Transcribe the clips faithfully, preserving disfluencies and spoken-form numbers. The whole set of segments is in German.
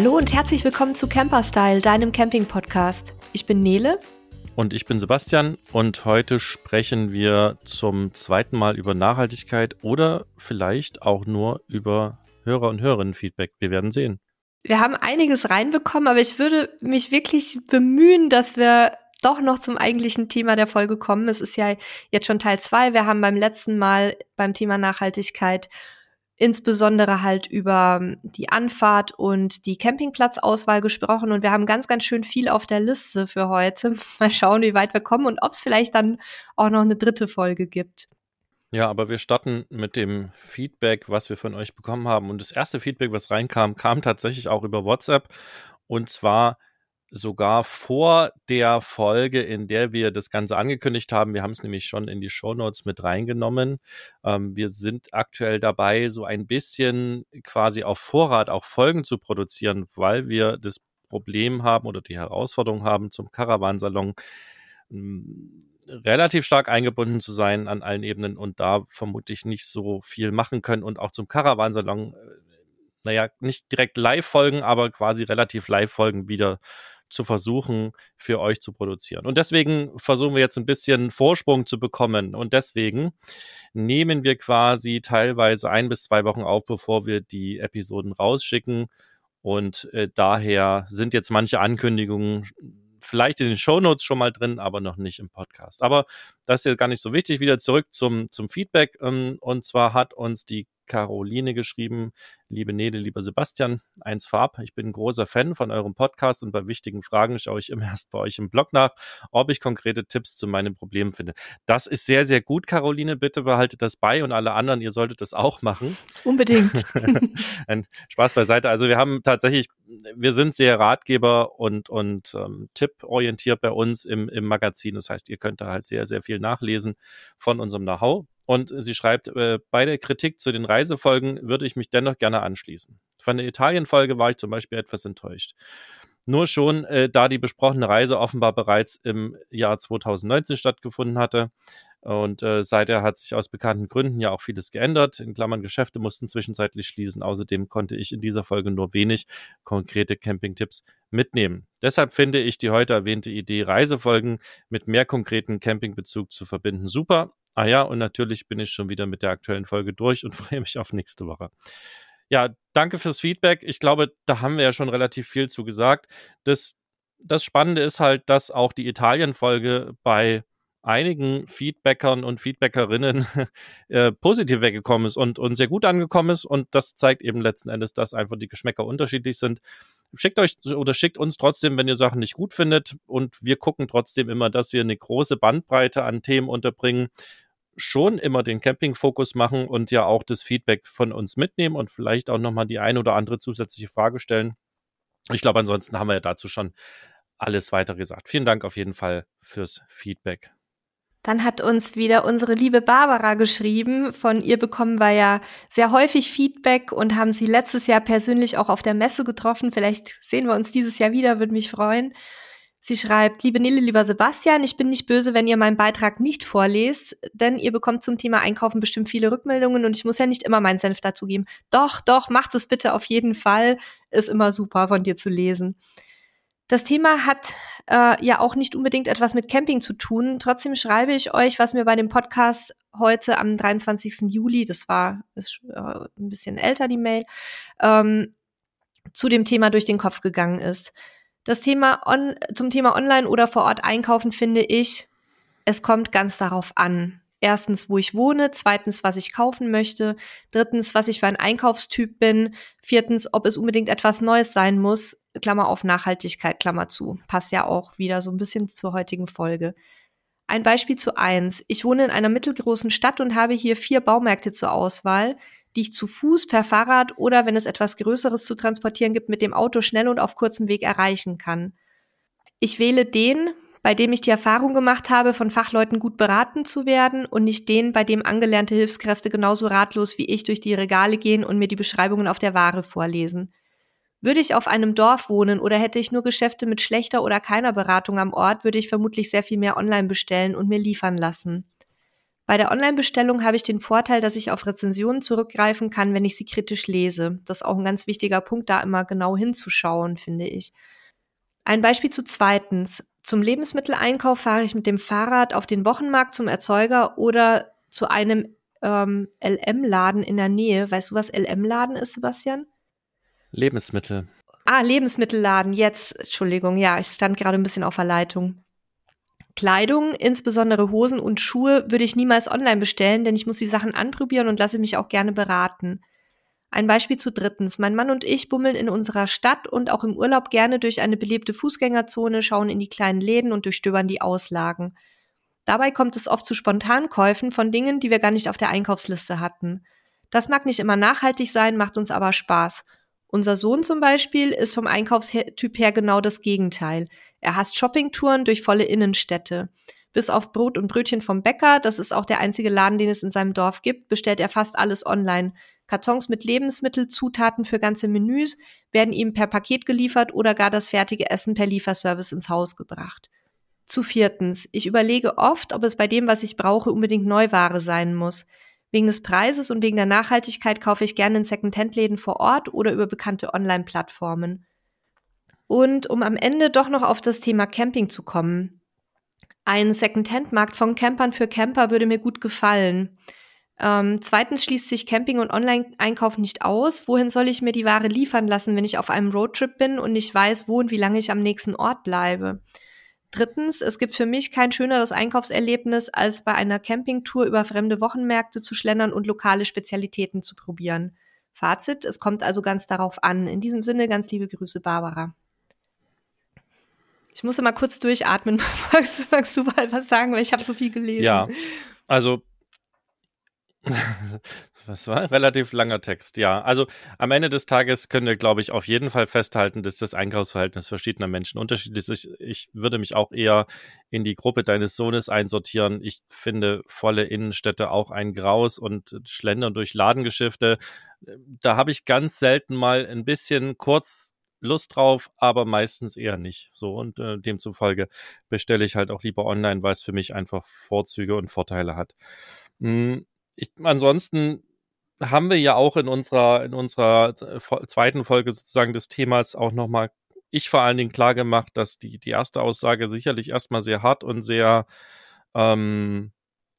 Hallo und herzlich willkommen zu Camperstyle, deinem Camping-Podcast. Ich bin Nele. Und ich bin Sebastian und heute sprechen wir zum zweiten Mal über Nachhaltigkeit oder vielleicht auch nur über Hörer- und Hörerinnen-Feedback. Wir werden sehen. Wir haben einiges reinbekommen, aber ich würde mich wirklich bemühen, dass wir doch noch zum eigentlichen Thema der Folge kommen. Es ist ja jetzt schon Teil zwei. Wir haben beim letzten Mal beim Thema Nachhaltigkeit insbesondere halt über die Anfahrt und die Campingplatzauswahl gesprochen und wir haben ganz, ganz schön viel auf der Liste für heute. Mal schauen, wie weit wir kommen und ob es vielleicht dann auch noch eine dritte Folge gibt. Ja, aber wir starten mit dem Feedback, was wir von euch bekommen haben. Und das erste Feedback, was reinkam, kam tatsächlich auch über WhatsApp und zwar sogar vor der Folge, in der wir das Ganze angekündigt haben. Wir haben es nämlich schon in die Shownotes mit reingenommen. Ähm, wir sind aktuell dabei, so ein bisschen quasi auf Vorrat auch Folgen zu produzieren, weil wir das Problem haben oder die Herausforderung haben, zum Caravansalon m, relativ stark eingebunden zu sein an allen Ebenen und da vermutlich nicht so viel machen können und auch zum Caravansalon, äh, naja, nicht direkt Live-Folgen, aber quasi relativ Live-Folgen wieder zu versuchen, für euch zu produzieren. Und deswegen versuchen wir jetzt ein bisschen Vorsprung zu bekommen. Und deswegen nehmen wir quasi teilweise ein bis zwei Wochen auf, bevor wir die Episoden rausschicken. Und äh, daher sind jetzt manche Ankündigungen vielleicht in den Shownotes schon mal drin, aber noch nicht im Podcast. Aber das ist ja gar nicht so wichtig. Wieder zurück zum, zum Feedback. Ähm, und zwar hat uns die Caroline geschrieben: Liebe Nele, lieber Sebastian, eins vorab, ich bin ein großer Fan von eurem Podcast und bei wichtigen Fragen schaue ich immer erst bei euch im Blog nach, ob ich konkrete Tipps zu meinen Problemen finde. Das ist sehr, sehr gut, Caroline, bitte behaltet das bei und alle anderen, ihr solltet das auch machen. Unbedingt. Ein Spaß beiseite. Also wir haben tatsächlich, wir sind sehr Ratgeber und, und ähm, tipporientiert bei uns im, im Magazin. Das heißt, ihr könnt da halt sehr, sehr viel nachlesen von unserem Know-how. Und sie schreibt, äh, bei der Kritik zu den Reisefolgen würde ich mich dennoch gerne anschließen. Von der Italien-Folge war ich zum Beispiel etwas enttäuscht. Nur schon, äh, da die besprochene Reise offenbar bereits im Jahr zwanzig neunzehn stattgefunden hatte. Und äh, seither hat sich aus bekannten Gründen ja auch vieles geändert. In Klammern, Geschäfte mussten zwischenzeitlich schließen. Außerdem konnte ich in dieser Folge nur wenig konkrete Campingtipps mitnehmen. Deshalb finde ich die heute erwähnte Idee, Reisefolgen mit mehr konkreten Campingbezug zu verbinden, super. Ah ja, und natürlich bin ich schon wieder mit der aktuellen Folge durch und freue mich auf nächste Woche. Ja, danke fürs Feedback. Ich glaube, da haben wir ja schon relativ viel zu gesagt. Das, das Spannende ist halt, dass auch die Italien-Folge bei einigen Feedbackern und Feedbackerinnen äh, positiv weggekommen ist und, und sehr gut angekommen ist. Und das zeigt eben letzten Endes, dass einfach die Geschmäcker unterschiedlich sind. Schickt euch oder schickt uns trotzdem, wenn ihr Sachen nicht gut findet. Und wir gucken trotzdem immer, dass wir eine große Bandbreite an Themen unterbringen, schon immer den Camping-Fokus machen und ja auch das Feedback von uns mitnehmen und vielleicht auch nochmal die ein oder andere zusätzliche Frage stellen. Ich glaube, ansonsten haben wir ja dazu schon alles weiter gesagt. Vielen Dank auf jeden Fall fürs Feedback. Dann hat uns wieder unsere liebe Barbara geschrieben. Von ihr bekommen wir ja sehr häufig Feedback und haben sie letztes Jahr persönlich auch auf der Messe getroffen. Vielleicht sehen wir uns dieses Jahr wieder, würde mich freuen. Sie schreibt: Liebe Nele, lieber Sebastian, ich bin nicht böse, wenn ihr meinen Beitrag nicht vorlest, denn ihr bekommt zum Thema Einkaufen bestimmt viele Rückmeldungen und ich muss ja nicht immer meinen Senf dazu geben. Doch, doch, macht es bitte auf jeden Fall. Ist immer super von dir zu lesen. Das Thema hat äh, ja auch nicht unbedingt etwas mit Camping zu tun. Trotzdem schreibe ich euch, was mir bei dem Podcast heute am dreiundzwanzigsten Juli, das war ist, äh, ein bisschen älter, die Mail, ähm, zu dem Thema durch den Kopf gegangen ist. Das Thema on, zum Thema Online oder vor Ort einkaufen finde ich, es kommt ganz darauf an. Erstens, wo ich wohne. Zweitens, was ich kaufen möchte. Drittens, was ich für ein Einkaufstyp bin. Viertens, ob es unbedingt etwas Neues sein muss. Klammer auf Nachhaltigkeit, Klammer zu. Passt ja auch wieder so ein bisschen zur heutigen Folge. Ein Beispiel zu eins. Ich wohne in einer mittelgroßen Stadt und habe hier vier Baumärkte zur Auswahl, die ich zu Fuß, per Fahrrad oder, wenn es etwas Größeres zu transportieren gibt, mit dem Auto schnell und auf kurzem Weg erreichen kann. Ich wähle den, bei dem ich die Erfahrung gemacht habe, von Fachleuten gut beraten zu werden und nicht den, bei dem angelernte Hilfskräfte genauso ratlos wie ich durch die Regale gehen und mir die Beschreibungen auf der Ware vorlesen. Würde ich auf einem Dorf wohnen oder hätte ich nur Geschäfte mit schlechter oder keiner Beratung am Ort, würde ich vermutlich sehr viel mehr online bestellen und mir liefern lassen. Bei der Online-Bestellung habe ich den Vorteil, dass ich auf Rezensionen zurückgreifen kann, wenn ich sie kritisch lese. Das ist auch ein ganz wichtiger Punkt, da immer genau hinzuschauen, finde ich. Ein Beispiel zu zweitens. Zum Lebensmitteleinkauf fahre ich mit dem Fahrrad auf den Wochenmarkt zum Erzeuger oder zu einem ähm, L M-Laden in der Nähe. Weißt du, was L M-Laden ist, Sebastian? Lebensmittel. Ah, Lebensmittelladen, jetzt, Entschuldigung, ja, ich stand gerade ein bisschen auf der Leitung. Kleidung, insbesondere Hosen und Schuhe, würde ich niemals online bestellen, denn ich muss die Sachen anprobieren und lasse mich auch gerne beraten. Ein Beispiel zu drittens. Mein Mann und ich bummeln in unserer Stadt und auch im Urlaub gerne durch eine belebte Fußgängerzone, schauen in die kleinen Läden und durchstöbern die Auslagen. Dabei kommt es oft zu Spontankäufen von Dingen, die wir gar nicht auf der Einkaufsliste hatten. Das mag nicht immer nachhaltig sein, macht uns aber Spaß. Unser Sohn zum Beispiel ist vom Einkaufstyp her genau das Gegenteil. Er hasst Shoppingtouren durch volle Innenstädte. Bis auf Brot und Brötchen vom Bäcker, das ist auch der einzige Laden, den es in seinem Dorf gibt, bestellt er fast alles online. Kartons mit Lebensmittelzutaten für ganze Menüs werden ihm per Paket geliefert oder gar das fertige Essen per Lieferservice ins Haus gebracht. Zu viertens. Ich überlege oft, ob es bei dem, was ich brauche, unbedingt Neuware sein muss. Wegen des Preises und wegen der Nachhaltigkeit kaufe ich gerne in Secondhand-Läden vor Ort oder über bekannte Online-Plattformen. Und um am Ende doch noch auf das Thema Camping zu kommen. Ein Secondhand-Markt von Campern für Camper würde mir gut gefallen. Ähm, zweitens schließt sich Camping- und Online-Einkauf nicht aus. Wohin soll ich mir die Ware liefern lassen, wenn ich auf einem Roadtrip bin und nicht weiß, wo und wie lange ich am nächsten Ort bleibe? Drittens, es gibt für mich kein schöneres Einkaufserlebnis, als bei einer Campingtour über fremde Wochenmärkte zu schlendern und lokale Spezialitäten zu probieren. Fazit, es kommt also ganz darauf an. In diesem Sinne, ganz liebe Grüße, Barbara. Ich musste mal kurz durchatmen. Magst, magst du mal was sagen, weil ich habe so viel gelesen. Ja, also was war? Relativ langer Text, ja. Also am Ende des Tages können wir, glaube ich, auf jeden Fall festhalten, dass das Einkaufsverhältnis verschiedener Menschen unterschiedlich ist. Ich, ich würde mich auch eher in die Gruppe deines Sohnes einsortieren. Ich finde volle Innenstädte auch ein Graus und Schlendern durch Ladengeschäfte. Da habe ich ganz selten mal ein bisschen kurz Lust drauf, aber meistens eher nicht. So, und äh, demzufolge bestelle ich halt auch lieber online, weil es für mich einfach Vorzüge und Vorteile hat. Hm. Ich, ansonsten haben wir ja auch in unserer in unserer zweiten Folge sozusagen des Themas auch nochmal, ich vor allen Dingen klar gemacht, dass die die erste Aussage sicherlich erstmal sehr hart und sehr ähm,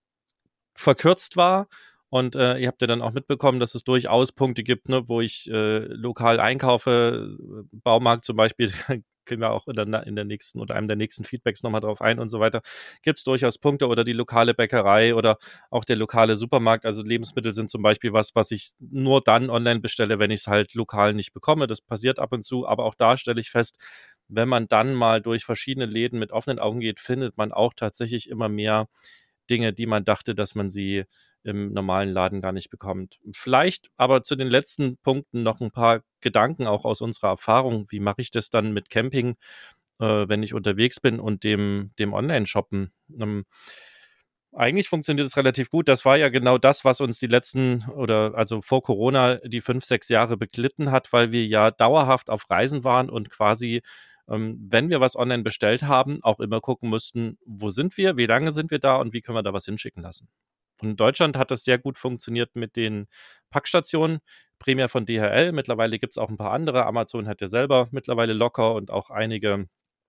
verkürzt war. Und äh, ihr habt ja dann auch mitbekommen, dass es durchaus Punkte gibt, ne, wo ich äh, lokal einkaufe, Baumarkt zum Beispiel, können wir auch in der, in der nächsten oder einem der nächsten Feedbacks nochmal drauf ein und so weiter, gibt es durchaus Punkte, oder die lokale Bäckerei oder auch der lokale Supermarkt. Also Lebensmittel sind zum Beispiel was, was ich nur dann online bestelle, wenn ich es halt lokal nicht bekomme. Das passiert ab und zu, aber auch da stelle ich fest, wenn man dann mal durch verschiedene Läden mit offenen Augen geht, findet man auch tatsächlich immer mehr Dinge, die man dachte, dass man sie im normalen Laden gar nicht bekommt. Vielleicht aber zu den letzten Punkten noch ein paar Gedanken auch aus unserer Erfahrung. Wie mache ich das dann mit Camping, äh, wenn ich unterwegs bin, und dem, dem Online-Shoppen? Ähm, eigentlich funktioniert es relativ gut. Das war ja genau das, was uns die letzten oder also vor Corona die fünf, sechs Jahre beglitten hat, weil wir ja dauerhaft auf Reisen waren und quasi, ähm, wenn wir was online bestellt haben, auch immer gucken mussten, wo sind wir, wie lange sind wir da und wie können wir da was hinschicken lassen. Und in Deutschland hat das sehr gut funktioniert mit den Packstationen, primär von D H L. Mittlerweile gibt es auch ein paar andere. Amazon hat ja selber mittlerweile Locker und auch einige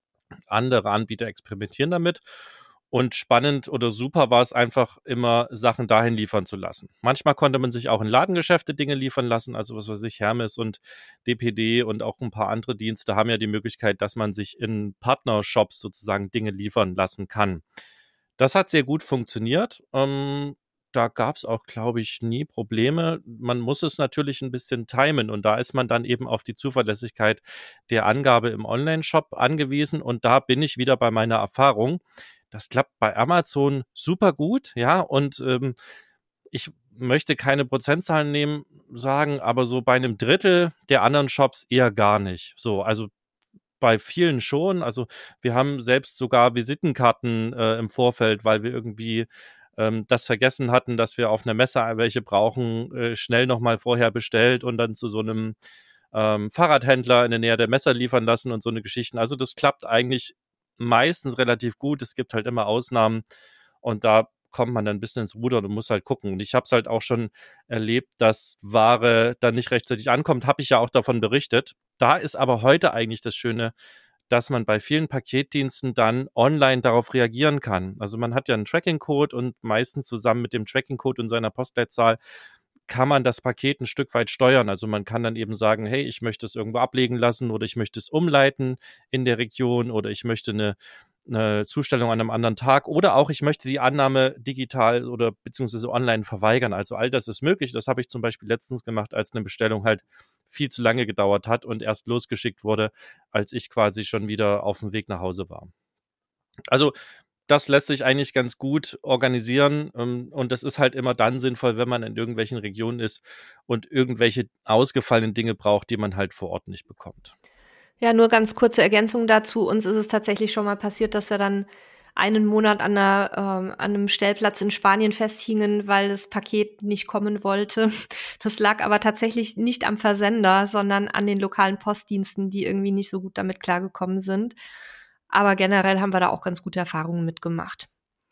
andere Anbieter experimentieren damit. Und spannend oder super war es einfach immer, Sachen dahin liefern zu lassen. Manchmal konnte man sich auch in Ladengeschäfte Dinge liefern lassen, also was weiß ich, Hermes und D P D und auch ein paar andere Dienste haben ja die Möglichkeit, dass man sich in Partnershops sozusagen Dinge liefern lassen kann. Das hat sehr gut funktioniert. Ähm, da gab es auch, glaube ich, nie Probleme. Man muss es natürlich ein bisschen timen und da ist man dann eben auf die Zuverlässigkeit der Angabe im Online-Shop angewiesen, und da bin ich wieder bei meiner Erfahrung. Das klappt bei Amazon super gut, ja, und ähm, ich möchte keine Prozentzahlen nehmen, sagen, aber so bei einem Drittel der anderen Shops eher gar nicht. So, also bei vielen schon. Also wir haben selbst sogar Visitenkarten äh, im Vorfeld, weil wir irgendwie ähm, das vergessen hatten, dass wir auf einer Messe welche brauchen, äh, schnell nochmal vorher bestellt und dann zu so einem ähm, Fahrradhändler in der Nähe der Messe liefern lassen und so eine Geschichten. Also das klappt eigentlich meistens relativ gut. Es gibt halt immer Ausnahmen und da kommt man dann ein bisschen ins Rudern und muss halt gucken. Und ich habe es halt auch schon erlebt, dass Ware dann nicht rechtzeitig ankommt, habe ich ja auch davon berichtet. Da ist aber heute eigentlich das Schöne, dass man bei vielen Paketdiensten dann online darauf reagieren kann. Also man hat ja einen Tracking-Code und meistens zusammen mit dem Tracking-Code und seiner Postleitzahl kann man das Paket ein Stück weit steuern. Also man kann dann eben sagen, hey, ich möchte es irgendwo ablegen lassen oder ich möchte es umleiten in der Region oder ich möchte eine, eine Zustellung an einem anderen Tag oder auch ich möchte die Annahme digital oder beziehungsweise online verweigern. Also all das ist möglich. Das habe ich zum Beispiel letztens gemacht, als eine Bestellung halt viel zu lange gedauert hat und erst losgeschickt wurde, als ich quasi schon wieder auf dem Weg nach Hause war. Also das lässt sich eigentlich ganz gut organisieren und das ist halt immer dann sinnvoll, wenn man in irgendwelchen Regionen ist und irgendwelche ausgefallenen Dinge braucht, die man halt vor Ort nicht bekommt. Ja, nur ganz kurze Ergänzung dazu. Uns ist es tatsächlich schon mal passiert, dass wir dann einen Monat an, einer, ähm, an einem Stellplatz in Spanien festhingen, weil das Paket nicht kommen wollte. Das lag aber tatsächlich nicht am Versender, sondern an den lokalen Postdiensten, die irgendwie nicht so gut damit klargekommen sind. Aber generell haben wir da auch ganz gute Erfahrungen mitgemacht.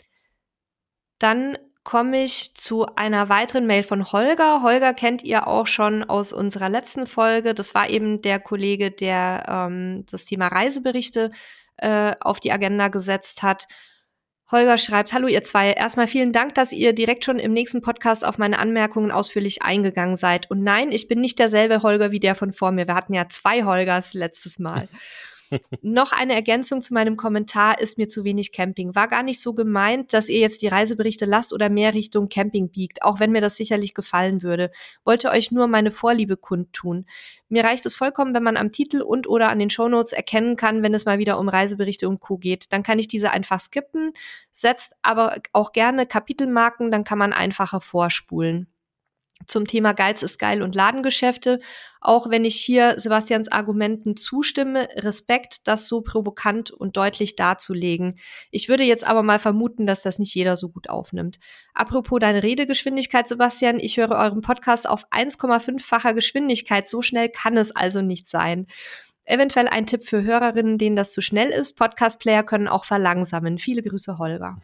Dann komme ich zu einer weiteren Mail von Holger. Holger kennt ihr auch schon aus unserer letzten Folge. Das war eben der Kollege, der ähm, das Thema Reiseberichte äh, auf die Agenda gesetzt hat. Holger schreibt, hallo ihr zwei, erstmal vielen Dank, dass ihr direkt schon im nächsten Podcast auf meine Anmerkungen ausführlich eingegangen seid. Und nein, ich bin nicht derselbe Holger wie der von vor mir. Wir hatten ja zwei Holgers letztes Mal. Noch eine Ergänzung zu meinem Kommentar, ist mir zu wenig Camping. War gar nicht so gemeint, dass ihr jetzt die Reiseberichte lasst oder mehr Richtung Camping biegt, auch wenn mir das sicherlich gefallen würde. Wollte euch nur meine Vorliebe kundtun. Mir reicht es vollkommen, wenn man am Titel und oder an den Shownotes erkennen kann, wenn es mal wieder um Reiseberichte und Co. geht. Dann kann ich diese einfach skippen, setzt aber auch gerne Kapitelmarken, dann kann man einfacher vorspulen. Zum Thema Geiz ist geil und Ladengeschäfte. Auch wenn ich hier Sebastians Argumenten zustimme, Respekt, das so provokant und deutlich darzulegen. Ich würde jetzt aber mal vermuten, dass das nicht jeder so gut aufnimmt. Apropos deine Redegeschwindigkeit, Sebastian, ich höre euren Podcast auf eins Komma fünffacher Geschwindigkeit. So schnell kann es also nicht sein. Eventuell ein Tipp für Hörerinnen, denen das zu schnell ist. Podcast-Player können auch verlangsamen. Viele Grüße, Holger.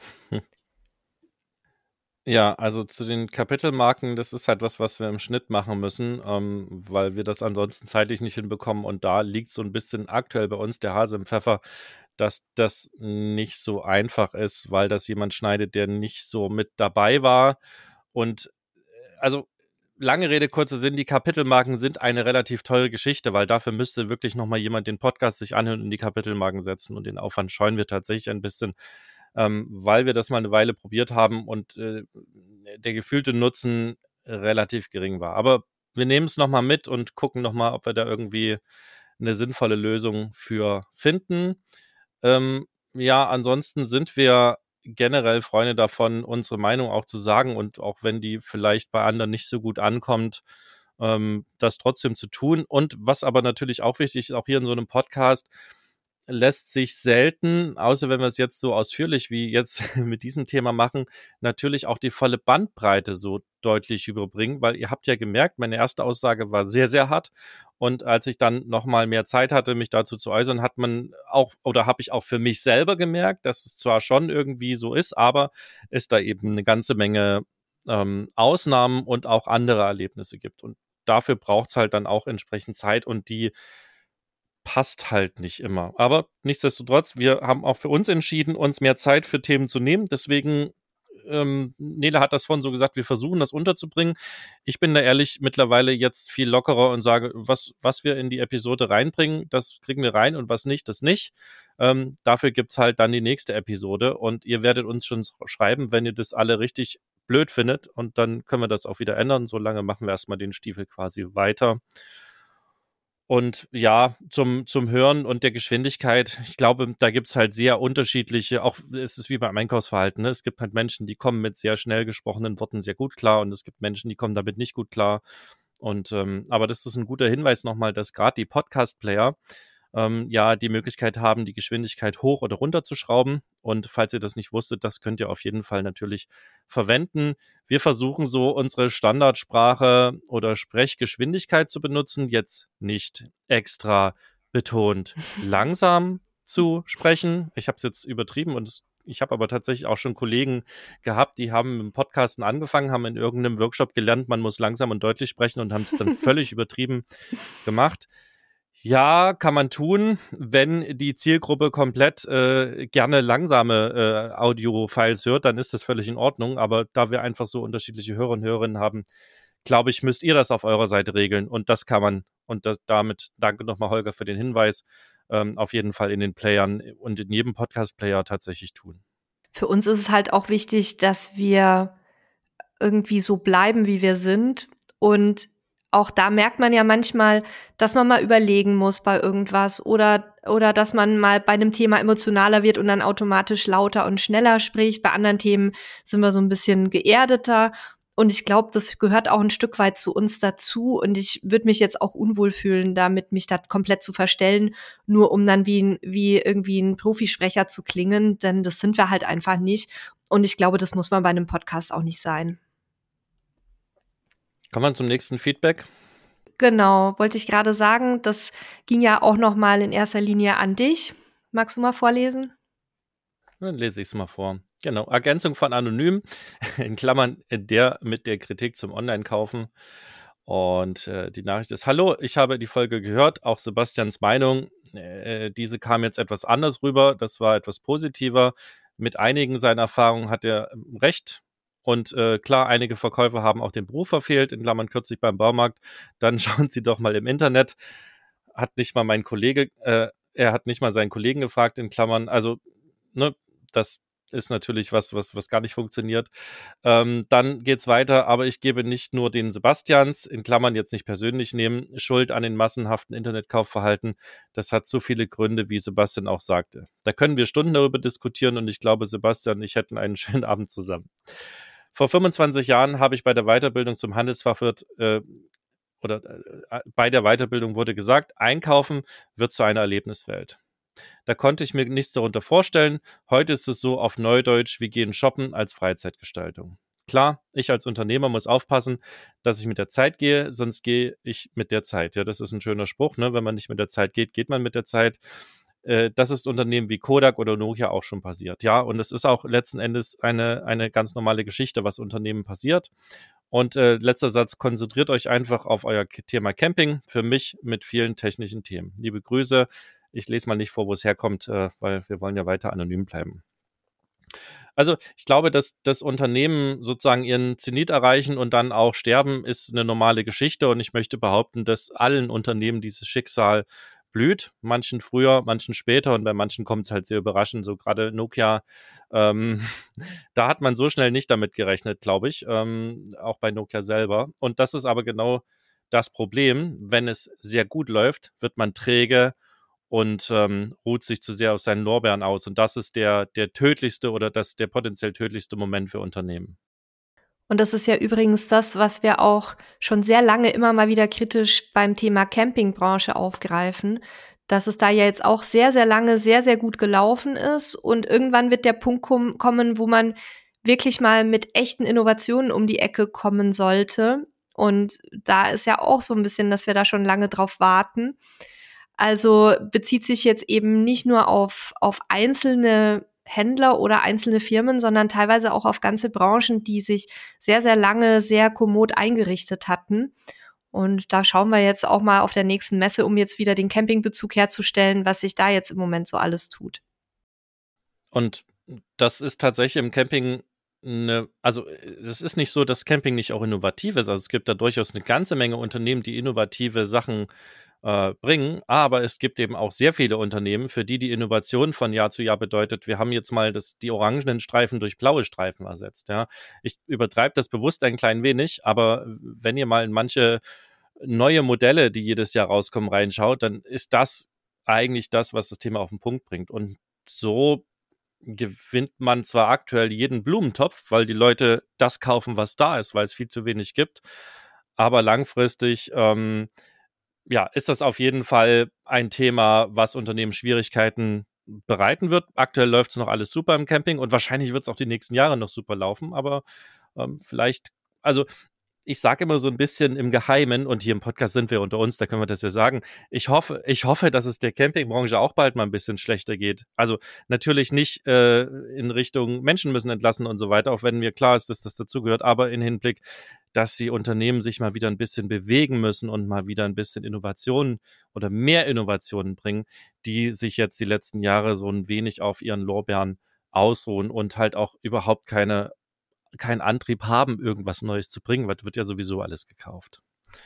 Ja, also zu den Kapitelmarken, das ist halt was, was wir im Schnitt machen müssen, ähm, weil wir das ansonsten zeitlich nicht hinbekommen. Und da liegt so ein bisschen aktuell bei uns der Hase im Pfeffer, dass das nicht so einfach ist, weil das jemand schneidet, der nicht so mit dabei war. Und also lange Rede, kurzer Sinn, die Kapitelmarken sind eine relativ teure Geschichte, weil dafür müsste wirklich nochmal jemand den Podcast sich anhören und die Kapitelmarken setzen. Und den Aufwand scheuen wir tatsächlich ein bisschen. Ähm, weil wir das mal eine Weile probiert haben und äh, der gefühlte Nutzen relativ gering war. Aber wir nehmen es nochmal mit und gucken nochmal, ob wir da irgendwie eine sinnvolle Lösung für finden. Ähm, ja, ansonsten sind wir generell Freunde davon, unsere Meinung auch zu sagen und auch wenn die vielleicht bei anderen nicht so gut ankommt, ähm, das trotzdem zu tun. Und was aber natürlich auch wichtig ist, auch hier in so einem Podcast, lässt sich selten, außer wenn wir es jetzt so ausführlich wie jetzt mit diesem Thema machen, natürlich auch die volle Bandbreite so deutlich überbringen, weil ihr habt ja gemerkt, meine erste Aussage war sehr, sehr hart und als ich dann nochmal mehr Zeit hatte, mich dazu zu äußern, hat man auch, oder habe ich auch für mich selber gemerkt, dass es zwar schon irgendwie so ist, aber es da eben eine ganze Menge ähm, Ausnahmen und auch andere Erlebnisse gibt und dafür braucht es halt dann auch entsprechend Zeit und die passt halt nicht immer. Aber nichtsdestotrotz, wir haben auch für uns entschieden, uns mehr Zeit für Themen zu nehmen. Deswegen, ähm, Nele hat das vorhin so gesagt, wir versuchen das unterzubringen. Ich bin da ehrlich mittlerweile jetzt viel lockerer und sage, was, was wir in die Episode reinbringen, das kriegen wir rein und was nicht, das nicht. Ähm, dafür gibt's halt dann die nächste Episode und ihr werdet uns schon schreiben, wenn ihr das alle richtig blöd findet und dann können wir das auch wieder ändern. Solange machen wir erstmal den Stiefel quasi weiter. Und ja, zum, zum Hören und der Geschwindigkeit, ich glaube, da gibt's halt sehr unterschiedliche, auch es ist wie beim Einkaufsverhalten, ne? Es gibt halt Menschen, die kommen mit sehr schnell gesprochenen Worten sehr gut klar und es gibt Menschen, die kommen damit nicht gut klar. Und ähm, aber das ist ein guter Hinweis nochmal, dass gerade die Podcast-Player ähm, ja die Möglichkeit haben, die Geschwindigkeit hoch oder runter zu schrauben. Und falls ihr das nicht wusstet, das könnt ihr auf jeden Fall natürlich verwenden. Wir versuchen so unsere Standardsprache oder Sprechgeschwindigkeit zu benutzen, jetzt nicht extra betont langsam zu sprechen. Ich habe es jetzt übertrieben und es ich habe aber tatsächlich auch schon Kollegen gehabt, die haben mit dem Podcasten angefangen, haben in irgendeinem Workshop gelernt, man muss langsam und deutlich sprechen und haben es dann völlig übertrieben gemacht. Ja, kann man tun, wenn die Zielgruppe komplett äh, gerne langsame äh, Audio-Files hört, dann ist das völlig in Ordnung. Aber da wir einfach so unterschiedliche Hörer und Hörerinnen haben, glaube ich, müsst ihr das auf eurer Seite regeln. Und das kann man, und das, damit danke nochmal Holger für den Hinweis, ähm, auf jeden Fall in den Playern und in jedem Podcast-Player tatsächlich tun. Für uns ist es halt auch wichtig, dass wir irgendwie so bleiben, wie wir sind. Und auch da merkt man ja manchmal, dass man mal überlegen muss bei irgendwas oder, oder dass man mal bei einem Thema emotionaler wird und dann automatisch lauter und schneller spricht. Bei anderen Themen sind wir so ein bisschen geerdeter. Und ich glaube, das gehört auch ein Stück weit zu uns dazu. Und ich würde mich jetzt auch unwohl fühlen, damit mich da komplett zu verstellen, nur um dann wie, ein, wie irgendwie ein Profisprecher zu klingen. Denn das sind wir halt einfach nicht. Und ich glaube, das muss man bei einem Podcast auch nicht sein. Kommen wir zum nächsten Feedback. Genau, wollte ich gerade sagen, das ging ja auch noch mal in erster Linie an dich. Magst du mal vorlesen? Dann lese ich es mal vor. Genau, Ergänzung von Anonym, in Klammern der mit der Kritik zum Online-Kaufen. Und äh, die Nachricht ist, hallo, ich habe die Folge gehört, auch Sebastians Meinung, äh, diese kam jetzt etwas anders rüber, das war etwas positiver. Mit einigen seiner Erfahrungen hat er recht. Und äh, klar, einige Verkäufer haben auch den Beruf verfehlt, in Klammern kürzlich beim Baumarkt. Dann schauen Sie doch mal im Internet. Hat nicht mal mein Kollege, äh, er hat nicht mal seinen Kollegen gefragt, in Klammern. Also, ne, das ist natürlich was, was, was gar nicht funktioniert. Ähm, dann geht's weiter, aber ich gebe nicht nur den Sebastians, in Klammern jetzt nicht persönlich nehmen, Schuld an den massenhaften Internetkaufverhalten. Das hat so viele Gründe, wie Sebastian auch sagte. Da können wir Stunden darüber diskutieren und ich glaube, Sebastian und ich hätten einen schönen Abend zusammen. Vor fünfundzwanzig Jahren habe ich bei der Weiterbildung zum Handelsfachwirt äh, oder äh, bei der Weiterbildung wurde gesagt, Einkaufen wird zu einer Erlebniswelt. Da konnte ich mir nichts darunter vorstellen. Heute ist es so auf Neudeutsch, wir gehen shoppen als Freizeitgestaltung. Klar, ich als Unternehmer muss aufpassen, dass ich mit der Zeit gehe, sonst gehe ich mit der Zeit. Ja, das ist ein schöner Spruch, ne? Wenn man nicht mit der Zeit geht, geht man mit der Zeit. Äh, das ist Unternehmen wie Kodak oder Nokia auch schon passiert. Ja, und es ist auch letzten Endes eine, eine ganz normale Geschichte, was Unternehmen passiert. Und äh, letzter Satz, konzentriert euch einfach auf euer Thema Camping, für mich mit vielen technischen Themen. Liebe Grüße, ich lese mal nicht vor, wo es herkommt, äh, weil wir wollen ja weiter anonym bleiben. Also ich glaube, dass das Unternehmen sozusagen ihren Zenit erreichen und dann auch sterben, ist eine normale Geschichte. Und ich möchte behaupten, dass allen Unternehmen dieses Schicksal blüht. Manchen früher, manchen später und bei manchen kommt es halt sehr überraschend. So gerade Nokia, ähm, da hat man so schnell nicht damit gerechnet, glaube ich, ähm, auch bei Nokia selber. Und das ist aber genau das Problem. Wenn es sehr gut läuft, wird man träge und ähm, ruht sich zu sehr auf seinen Lorbeeren aus. Und das ist der, der tödlichste oder das der potenziell tödlichste Moment für Unternehmen. Und das ist ja übrigens das, was wir auch schon sehr lange immer mal wieder kritisch beim Thema Campingbranche aufgreifen, dass es da ja jetzt auch sehr, sehr lange sehr, sehr gut gelaufen ist. Und irgendwann wird der Punkt kom- kommen, wo man wirklich mal mit echten Innovationen um die Ecke kommen sollte. Und da ist ja auch so ein bisschen, dass wir da schon lange drauf warten. Also bezieht sich jetzt eben nicht nur auf, auf einzelne Händler oder einzelne Firmen, sondern teilweise auch auf ganze Branchen, die sich sehr, sehr lange sehr kommod eingerichtet hatten. Und da schauen wir jetzt auch mal auf der nächsten Messe, um jetzt wieder den Campingbezug herzustellen, was sich da jetzt im Moment so alles tut. Und das ist tatsächlich im Camping eine, also es ist nicht so, dass Camping nicht auch innovativ ist. Also es gibt da durchaus eine ganze Menge Unternehmen, die innovative Sachen äh, bringen, aber es gibt eben auch sehr viele Unternehmen, für die die Innovation von Jahr zu Jahr bedeutet, wir haben jetzt mal das, die orangenen Streifen durch blaue Streifen ersetzt. Ja, ich übertreibe das bewusst ein klein wenig, aber wenn ihr mal in manche neue Modelle, die jedes Jahr rauskommen, reinschaut, dann ist das eigentlich das, was das Thema auf den Punkt bringt. Und so gewinnt man zwar aktuell jeden Blumentopf, weil die Leute das kaufen, was da ist, weil es viel zu wenig gibt, aber langfristig ähm, ja, ist das auf jeden Fall ein Thema, was Unternehmen Schwierigkeiten bereiten wird. Aktuell läuft es noch alles super im Camping und wahrscheinlich wird es auch die nächsten Jahre noch super laufen, aber ähm, vielleicht, also ich sage immer so ein bisschen im Geheimen, und hier im Podcast sind wir unter uns, da können wir das ja sagen, ich hoffe, ich hoffe, dass es der Campingbranche auch bald mal ein bisschen schlechter geht. Also natürlich nicht äh, in Richtung Menschen müssen entlassen und so weiter, auch wenn mir klar ist, dass das dazugehört, aber in Hinblick, dass die Unternehmen sich mal wieder ein bisschen bewegen müssen und mal wieder ein bisschen Innovationen oder mehr Innovationen bringen, die sich jetzt die letzten Jahre so ein wenig auf ihren Lorbeeren ausruhen und halt auch überhaupt keine keinen Antrieb haben, irgendwas Neues zu bringen, weil wird ja sowieso alles gekauft.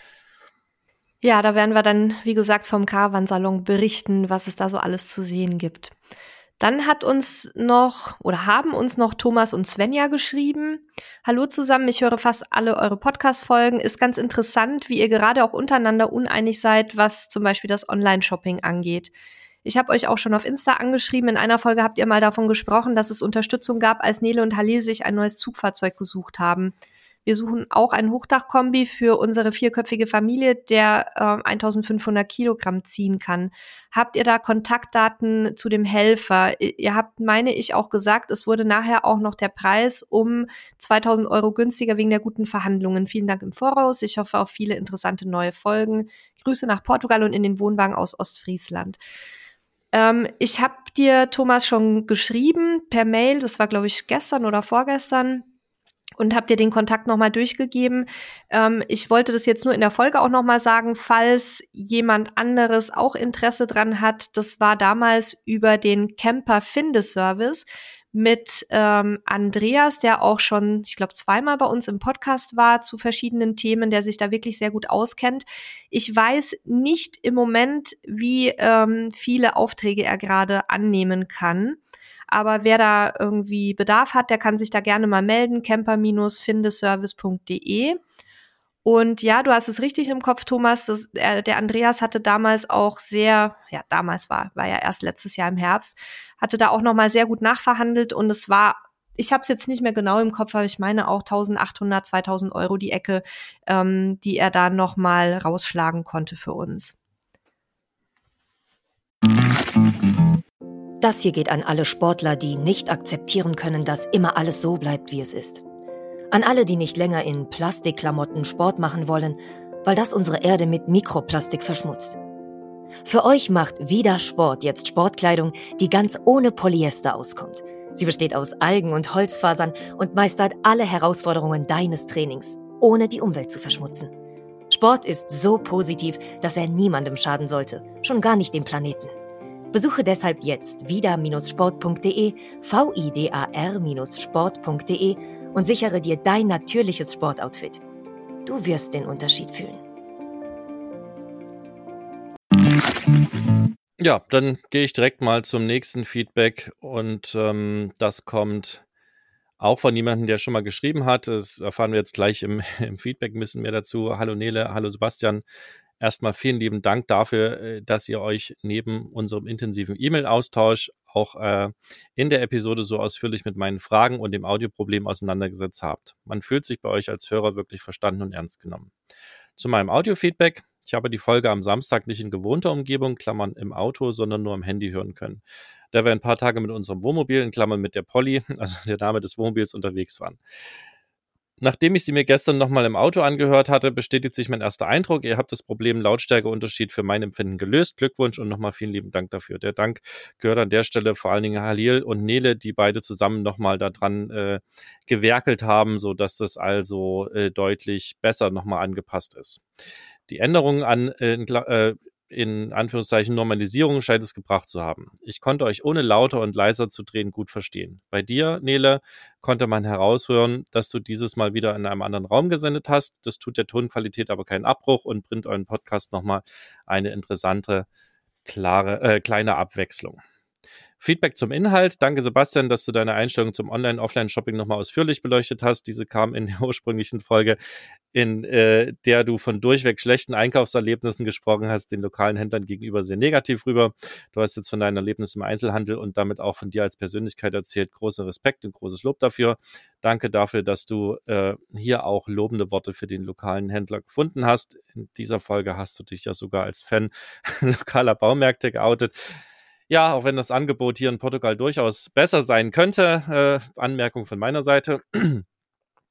Ja, da werden wir dann, wie gesagt, vom Caravan-Salon berichten, was es da so alles zu sehen gibt. Dann hat uns noch oder haben uns noch Thomas und Svenja geschrieben. Hallo zusammen, ich höre fast alle eure Podcast-Folgen. Ist ganz interessant, wie ihr gerade auch untereinander uneinig seid, was zum Beispiel das Online-Shopping angeht. Ich habe euch auch schon auf Insta angeschrieben. In einer Folge habt ihr mal davon gesprochen, dass es Unterstützung gab, als Nele und Halil sich ein neues Zugfahrzeug gesucht haben. Wir suchen auch ein Hochdachkombi für unsere vierköpfige Familie, der äh, eintausendfünfhundert Kilogramm ziehen kann. Habt ihr da Kontaktdaten zu dem Helfer? Ihr habt, meine ich, auch gesagt, es wurde nachher auch noch der Preis um zweitausend Euro günstiger wegen der guten Verhandlungen. Vielen Dank im Voraus. Ich hoffe auf viele interessante neue Folgen. Grüße nach Portugal und in den Wohnwagen aus Ostfriesland. Ähm, ich habe dir, Thomas, schon geschrieben per Mail, das war, glaube ich, gestern oder vorgestern, und habe dir den Kontakt nochmal durchgegeben. Ähm, ich wollte das jetzt nur in der Folge auch nochmal sagen, falls jemand anderes auch Interesse dran hat. Das war damals über den Camper-Finde-Service mit ähm, Andreas, der auch schon, ich glaube, zweimal bei uns im Podcast war zu verschiedenen Themen, der sich da wirklich sehr gut auskennt. Ich weiß nicht im Moment, wie ähm, viele Aufträge er gerade annehmen kann. Aber wer da irgendwie Bedarf hat, der kann sich da gerne mal melden, camper Bindestrich findeservice punkt de. Und ja, du hast es richtig im Kopf, Thomas. Das, äh, der Andreas hatte damals auch sehr, ja, damals war, war ja erst letztes Jahr im Herbst, hatte da auch nochmal sehr gut nachverhandelt und es war, ich habe es jetzt nicht mehr genau im Kopf, aber ich meine auch eintausendachthundert, zweitausend Euro die Ecke, ähm, die er da nochmal rausschlagen konnte für uns. Das hier geht an alle Sportler, die nicht akzeptieren können, dass immer alles so bleibt, wie es ist. An alle, die nicht länger in Plastikklamotten Sport machen wollen, weil das unsere Erde mit Mikroplastik verschmutzt. Für euch macht Vida Sport jetzt Sportkleidung, die ganz ohne Polyester auskommt. Sie besteht aus Algen und Holzfasern und meistert alle Herausforderungen deines Trainings, ohne die Umwelt zu verschmutzen. Sport ist so positiv, dass er niemandem schaden sollte, schon gar nicht dem Planeten. Besuche deshalb jetzt vida Bindestrich sport punkt de, V I D A R Bindestrich sport punkt de und sichere dir dein natürliches Sportoutfit. Du wirst den Unterschied fühlen. Ja, dann gehe ich direkt mal zum nächsten Feedback und ähm, das kommt auch von jemandem, der schon mal geschrieben hat. Das erfahren wir jetzt gleich im, im Feedback ein bisschen mehr dazu. Hallo Nele, hallo Sebastian. Erstmal vielen lieben Dank dafür, dass ihr euch neben unserem intensiven E-Mail-Austausch auch äh, in der Episode so ausführlich mit meinen Fragen und dem Audioproblem auseinandergesetzt habt. Man fühlt sich bei euch als Hörer wirklich verstanden und ernst genommen. Zu meinem Audio-Feedback. Ich habe die Folge am Samstag nicht in gewohnter Umgebung, Klammern im Auto, sondern nur am Handy hören können. Da wir ein paar Tage mit unserem Wohnmobil, in Klammern mit der Polly, also der Name des Wohnmobils, unterwegs waren. Nachdem ich sie mir gestern nochmal im Auto angehört hatte, bestätigt sich mein erster Eindruck. Ihr habt das Problem Lautstärkeunterschied für mein Empfinden gelöst. Glückwunsch und nochmal vielen lieben Dank dafür. Der Dank gehört an der Stelle vor allen Dingen Halil und Nele, die beide zusammen nochmal daran äh, gewerkelt haben, sodass das also äh, deutlich besser nochmal angepasst ist. Die Änderungen an äh, äh, in Anführungszeichen Normalisierung scheint es gebracht zu haben. Ich konnte euch ohne lauter und leiser zu drehen gut verstehen. Bei dir, Nele, konnte man heraushören, dass du dieses Mal wieder in einem anderen Raum gesendet hast. Das tut der Tonqualität aber keinen Abbruch und bringt euren Podcast nochmal eine interessante, klare, äh, kleine Abwechslung. Feedback zum Inhalt. Danke, Sebastian, dass du deine Einstellung zum Online-Offline-Shopping nochmal ausführlich beleuchtet hast. Diese kam in der ursprünglichen Folge, in äh, der du von durchweg schlechten Einkaufserlebnissen gesprochen hast, den lokalen Händlern gegenüber sehr negativ rüber. Du hast jetzt von deinen Erlebnissen im Einzelhandel und damit auch von dir als Persönlichkeit erzählt. Großer Respekt und großes Lob dafür. Danke dafür, dass du äh, hier auch lobende Worte für den lokalen Händler gefunden hast. In dieser Folge hast du dich ja sogar als Fan lokaler Baumärkte geoutet. Ja, auch wenn das Angebot hier in Portugal durchaus besser sein könnte, äh, Anmerkung von meiner Seite.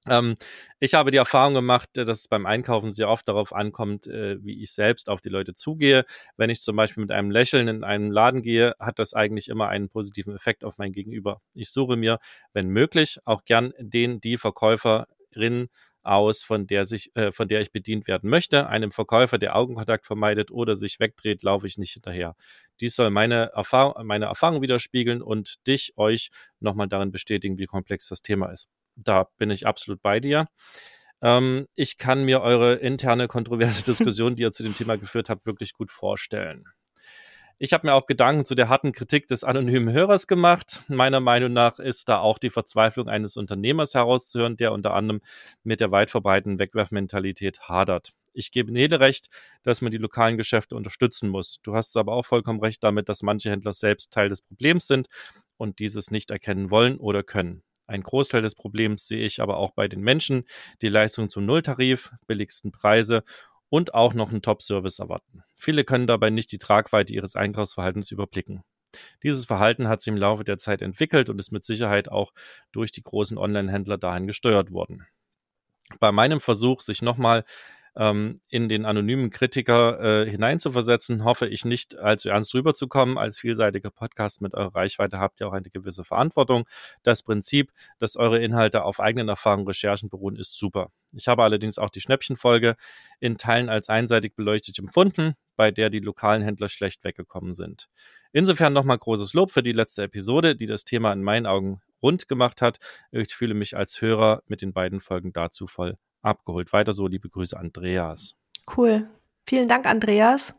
Ähm, ich habe die Erfahrung gemacht, dass es beim Einkaufen sehr oft darauf ankommt, äh, wie ich selbst auf die Leute zugehe. Wenn ich zum Beispiel mit einem Lächeln in einen Laden gehe, hat das eigentlich immer einen positiven Effekt auf mein Gegenüber. Ich suche mir, wenn möglich, auch gern den, die Verkäuferin aus, von der sich, äh, von der ich bedient werden möchte. Einem Verkäufer, der Augenkontakt vermeidet oder sich wegdreht, laufe ich nicht hinterher. Dies soll meine Erfahrung, meine Erfahrung widerspiegeln und dich, euch nochmal darin bestätigen, wie komplex das Thema ist. Da bin ich absolut bei dir. Ähm, ich kann mir eure interne kontroverse Diskussion, die ihr zu dem Thema geführt habt, wirklich gut vorstellen. Ich habe mir auch Gedanken zu der harten Kritik des anonymen Hörers gemacht. Meiner Meinung nach ist da auch die Verzweiflung eines Unternehmers herauszuhören, der unter anderem mit der weit verbreiteten Wegwerfmentalität hadert. Ich gebe Nele recht, dass man die lokalen Geschäfte unterstützen muss. Du hast aber auch vollkommen recht damit, dass manche Händler selbst Teil des Problems sind und dieses nicht erkennen wollen oder können. Ein Großteil des Problems sehe ich aber auch bei den Menschen, die Leistung zum Nulltarif, billigsten Preise und auch noch einen Top-Service erwarten. Viele können dabei nicht die Tragweite ihres Einkaufsverhaltens überblicken. Dieses Verhalten hat sich im Laufe der Zeit entwickelt und ist mit Sicherheit auch durch die großen Online-Händler dahin gesteuert worden. Bei meinem Versuch, sich nochmal ähm, in den anonymen Kritiker äh, hineinzuversetzen, hoffe ich nicht allzu ernst rüberzukommen. Als vielseitiger Podcast mit eurer Reichweite habt ihr auch eine gewisse Verantwortung. Das Prinzip, dass eure Inhalte auf eigenen Erfahrungen und Recherchen beruhen, ist super. Ich habe allerdings auch die Schnäppchenfolge in Teilen als einseitig beleuchtet empfunden, bei der die lokalen Händler schlecht weggekommen sind. Insofern nochmal großes Lob für die letzte Episode, die das Thema in meinen Augen rund gemacht hat. Ich fühle mich als Hörer mit den beiden Folgen dazu voll abgeholt. Weiter so, liebe Grüße, Andreas. Cool. Vielen Dank, Andreas.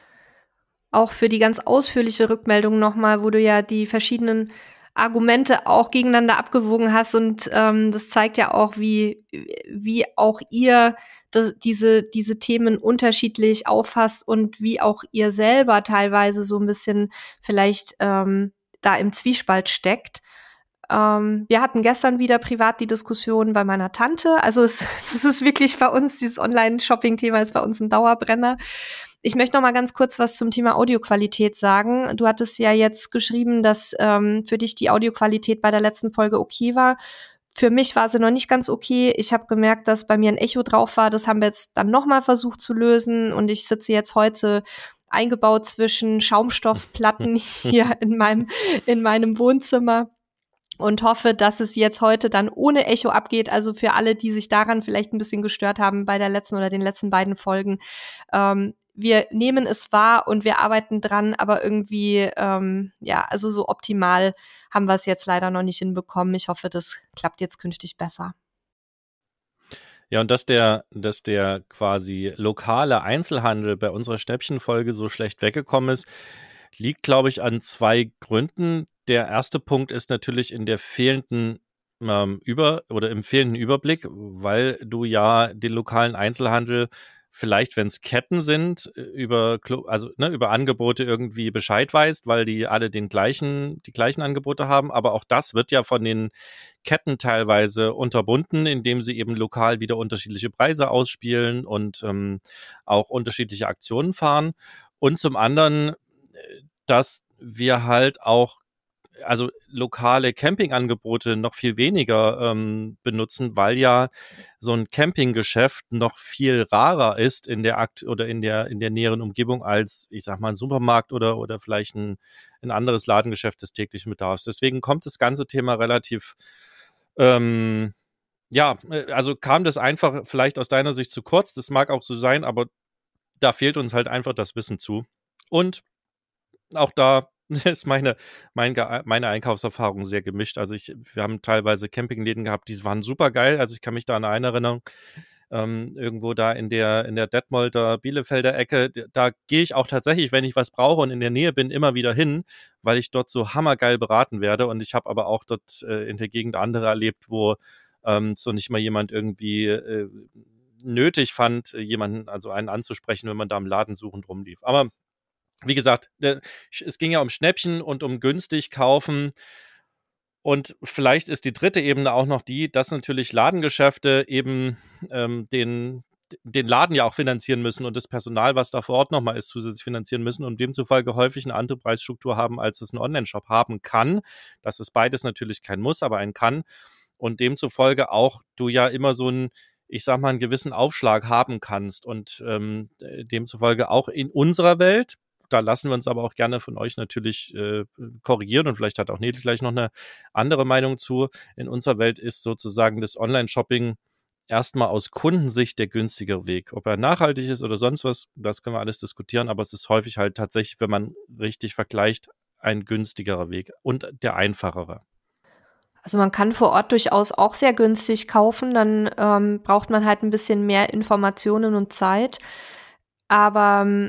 Auch für die ganz ausführliche Rückmeldung nochmal, wo du ja die verschiedenen Argumente auch gegeneinander abgewogen hast. Und ähm, das zeigt ja auch, wie, wie auch ihr das, diese, diese Themen unterschiedlich auffasst und wie auch ihr selber teilweise so ein bisschen vielleicht ähm, da im Zwiespalt steckt. Ähm, wir hatten gestern wieder privat die Diskussion bei meiner Tante. Also es, das ist wirklich bei uns, dieses Online-Shopping-Thema ist bei uns ein Dauerbrenner. Ich möchte noch mal ganz kurz was zum Thema Audioqualität sagen. Du hattest ja jetzt geschrieben, dass ähm, für dich die Audioqualität bei der letzten Folge okay war. Für mich war sie noch nicht ganz okay. Ich habe gemerkt, dass bei mir ein Echo drauf war. Das haben wir jetzt dann noch mal versucht zu lösen. Und ich sitze jetzt heute eingebaut zwischen Schaumstoffplatten hier in meinem, in meinem Wohnzimmer. Und hoffe, dass es jetzt heute dann ohne Echo abgeht. Also für alle, die sich daran vielleicht ein bisschen gestört haben bei der letzten oder den letzten beiden Folgen. Ähm, wir nehmen es wahr und wir arbeiten dran, aber irgendwie, ähm, ja, also so optimal haben wir es jetzt leider noch nicht hinbekommen. Ich hoffe, das klappt jetzt künftig besser. Ja, und dass der, dass der quasi lokale Einzelhandel bei unserer Schnäppchenfolge so schlecht weggekommen ist, liegt, glaube ich, an zwei Gründen. Der erste Punkt ist natürlich in der fehlenden ähm, Über- oder im fehlenden Überblick, weil du ja den lokalen Einzelhandel vielleicht, wenn es Ketten sind, über also ne, über Angebote irgendwie Bescheid weißt, weil die alle den gleichen die gleichen Angebote haben. Aber auch das wird ja von den Ketten teilweise unterbunden, indem sie eben lokal wieder unterschiedliche Preise ausspielen und ähm, auch unterschiedliche Aktionen fahren. Und zum anderen, dass wir halt auch also lokale Campingangebote noch viel weniger ähm, benutzen, weil ja so ein Campinggeschäft noch viel rarer ist in der Akt oder in der in der näheren Umgebung als, ich sag mal, ein Supermarkt oder oder vielleicht ein, ein anderes Ladengeschäft des täglichen Bedarfs. Deswegen kommt das ganze Thema relativ ähm, ja, also kam das einfach vielleicht aus deiner Sicht zu kurz. Das mag auch so sein, aber da fehlt uns halt einfach das Wissen zu. Und auch da ist meine, mein, meine Einkaufserfahrung sehr gemischt. Also ich, wir haben teilweise Campingläden gehabt, die waren super geil. Also ich kann mich da an eine erinnern, ähm, irgendwo da in der, in der Detmolder, Bielefelder Ecke, da gehe ich auch tatsächlich, wenn ich was brauche und in der Nähe bin, immer wieder hin, weil ich dort so hammergeil beraten werde. Und ich habe aber auch dort äh, in der Gegend andere erlebt, wo ähm, so nicht mal jemand irgendwie äh, nötig fand, jemanden, also einen anzusprechen, wenn man da im Laden suchend rumlief. Aber wie gesagt, es ging ja um Schnäppchen und um günstig kaufen. Und vielleicht ist die dritte Ebene auch noch die, dass natürlich Ladengeschäfte eben ähm, den, den Laden ja auch finanzieren müssen und das Personal, was da vor Ort nochmal ist, zusätzlich finanzieren müssen und demzufolge häufig eine andere Preisstruktur haben, als es ein Online-Shop haben kann. Das ist beides natürlich kein Muss, aber ein kann. und demzufolge auch du ja immer so einen, ich sag mal, einen gewissen Aufschlag haben kannst und ähm, demzufolge auch in unserer Welt, da lassen wir uns aber auch gerne von euch natürlich äh, korrigieren und vielleicht hat auch Nele gleich noch eine andere Meinung zu. In unserer Welt ist sozusagen das Online-Shopping erstmal aus Kundensicht der günstigere Weg. Ob er nachhaltig ist oder sonst was, das können wir alles diskutieren, aber es ist häufig halt tatsächlich, wenn man richtig vergleicht, ein günstigerer Weg und der einfachere. Also man kann vor Ort durchaus auch sehr günstig kaufen, dann ähm, braucht man halt ein bisschen mehr Informationen und Zeit. Aber ähm,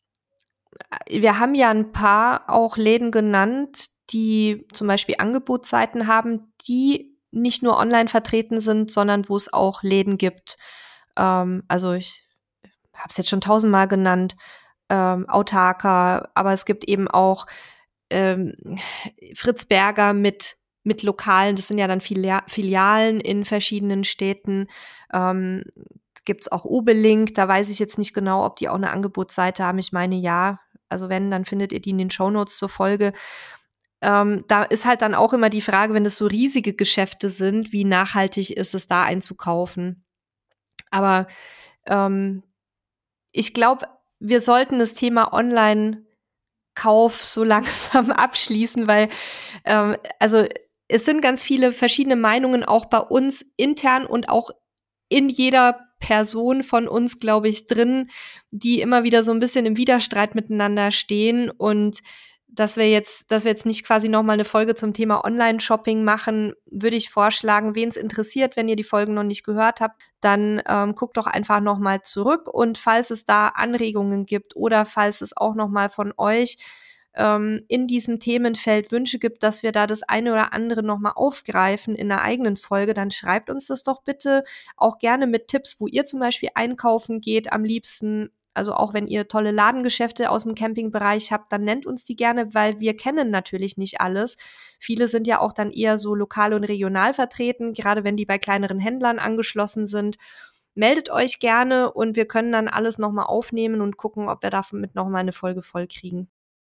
wir haben ja ein paar auch Läden genannt, die zum Beispiel Angebotsseiten haben, die nicht nur online vertreten sind, sondern wo es auch Läden gibt. Ähm, also ich habe es jetzt schon tausendmal genannt, ähm, Autarka, aber es gibt eben auch ähm, Fritz Berger mit mit Lokalen, das sind ja dann Filia- Filialen in verschiedenen Städten. Ähm, gibt's auch Obelink, da weiß ich jetzt nicht genau, ob die auch eine Angebotsseite haben. Ich meine, ja. Also wenn, dann findet ihr die in den Shownotes zur Folge. Ähm, da ist halt dann auch immer die Frage, wenn es so riesige Geschäfte sind, wie nachhaltig ist es, da einzukaufen. Aber ähm, ich glaube, wir sollten das Thema Online-Kauf so langsam abschließen, weil ähm, also es sind ganz viele verschiedene Meinungen auch bei uns intern und auch in jeder Person von uns, glaube ich, drin, die immer wieder so ein bisschen im Widerstreit miteinander stehen und dass wir jetzt, dass wir jetzt nicht quasi nochmal eine Folge zum Thema Online-Shopping machen, würde ich vorschlagen, wen es interessiert, wenn ihr die Folgen noch nicht gehört habt, dann ähm, guckt doch einfach nochmal zurück und falls es da Anregungen gibt oder falls es auch nochmal von euch ähm, in diesem Themenfeld Wünsche gibt, dass wir da das eine oder andere nochmal aufgreifen in einer eigenen Folge, dann schreibt uns das doch bitte auch gerne mit Tipps, wo ihr zum Beispiel einkaufen geht am liebsten. Also auch wenn ihr tolle Ladengeschäfte aus dem Campingbereich habt, dann nennt uns die gerne, weil wir kennen natürlich nicht alles. Viele sind ja auch dann eher so lokal und regional vertreten, gerade wenn die bei kleineren Händlern angeschlossen sind. Meldet euch gerne und wir können dann alles nochmal aufnehmen und gucken, ob wir damit nochmal eine Folge voll kriegen.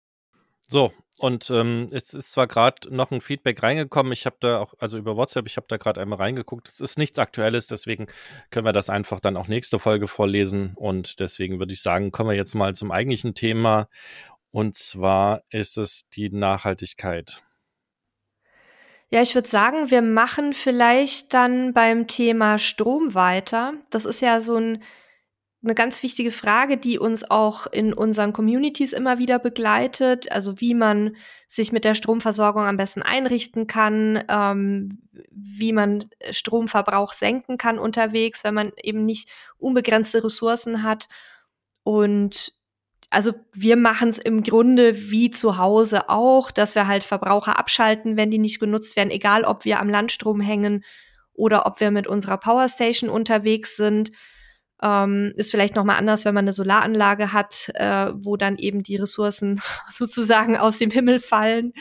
So, und ähm, es ist zwar gerade noch ein Feedback reingekommen, ich habe da auch, also über WhatsApp, ich habe da gerade einmal reingeguckt, es ist nichts Aktuelles, deswegen können wir das einfach dann auch nächste Folge vorlesen und deswegen würde ich sagen, kommen wir jetzt mal zum eigentlichen Thema und zwar ist es die Nachhaltigkeit. Ja, ich würde sagen, wir machen vielleicht dann beim Thema Strom weiter. Das ist ja so ein eine ganz wichtige Frage, die uns auch in unseren Communities immer wieder begleitet, also wie man sich mit der Stromversorgung am besten einrichten kann, ähm, wie man Stromverbrauch senken kann unterwegs, wenn man eben nicht unbegrenzte Ressourcen hat. Und also wir machen es im Grunde wie zu Hause auch, dass wir halt Verbraucher abschalten, wenn die nicht genutzt werden, egal ob wir am Landstrom hängen oder ob wir mit unserer Powerstation unterwegs sind. Ähm, ist vielleicht noch mal anders, wenn man eine Solaranlage hat, äh, wo dann eben die Ressourcen sozusagen aus dem Himmel fallen.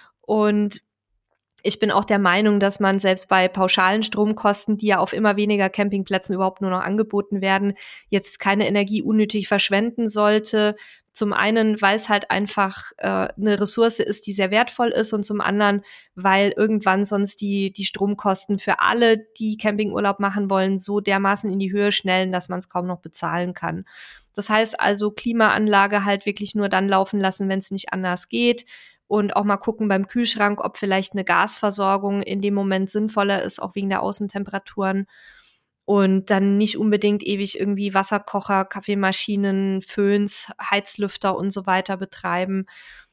Und ich bin auch der Meinung, dass man selbst bei pauschalen Stromkosten, die ja auf immer weniger Campingplätzen überhaupt nur noch angeboten werden, jetzt keine Energie unnötig verschwenden sollte. Zum einen, weil es halt einfach äh, eine Ressource ist, die sehr wertvoll ist und zum anderen, weil irgendwann sonst die die Stromkosten für alle, die Campingurlaub machen wollen, so dermaßen in die Höhe schnellen, dass man es kaum noch bezahlen kann. Das heißt also, Klimaanlage halt wirklich nur dann laufen lassen, wenn es nicht anders geht und auch mal gucken beim Kühlschrank, ob vielleicht eine Gasversorgung in dem Moment sinnvoller ist, auch wegen der Außentemperaturen. Und dann nicht unbedingt ewig irgendwie Wasserkocher, Kaffeemaschinen, Föhns, Heizlüfter und so weiter betreiben.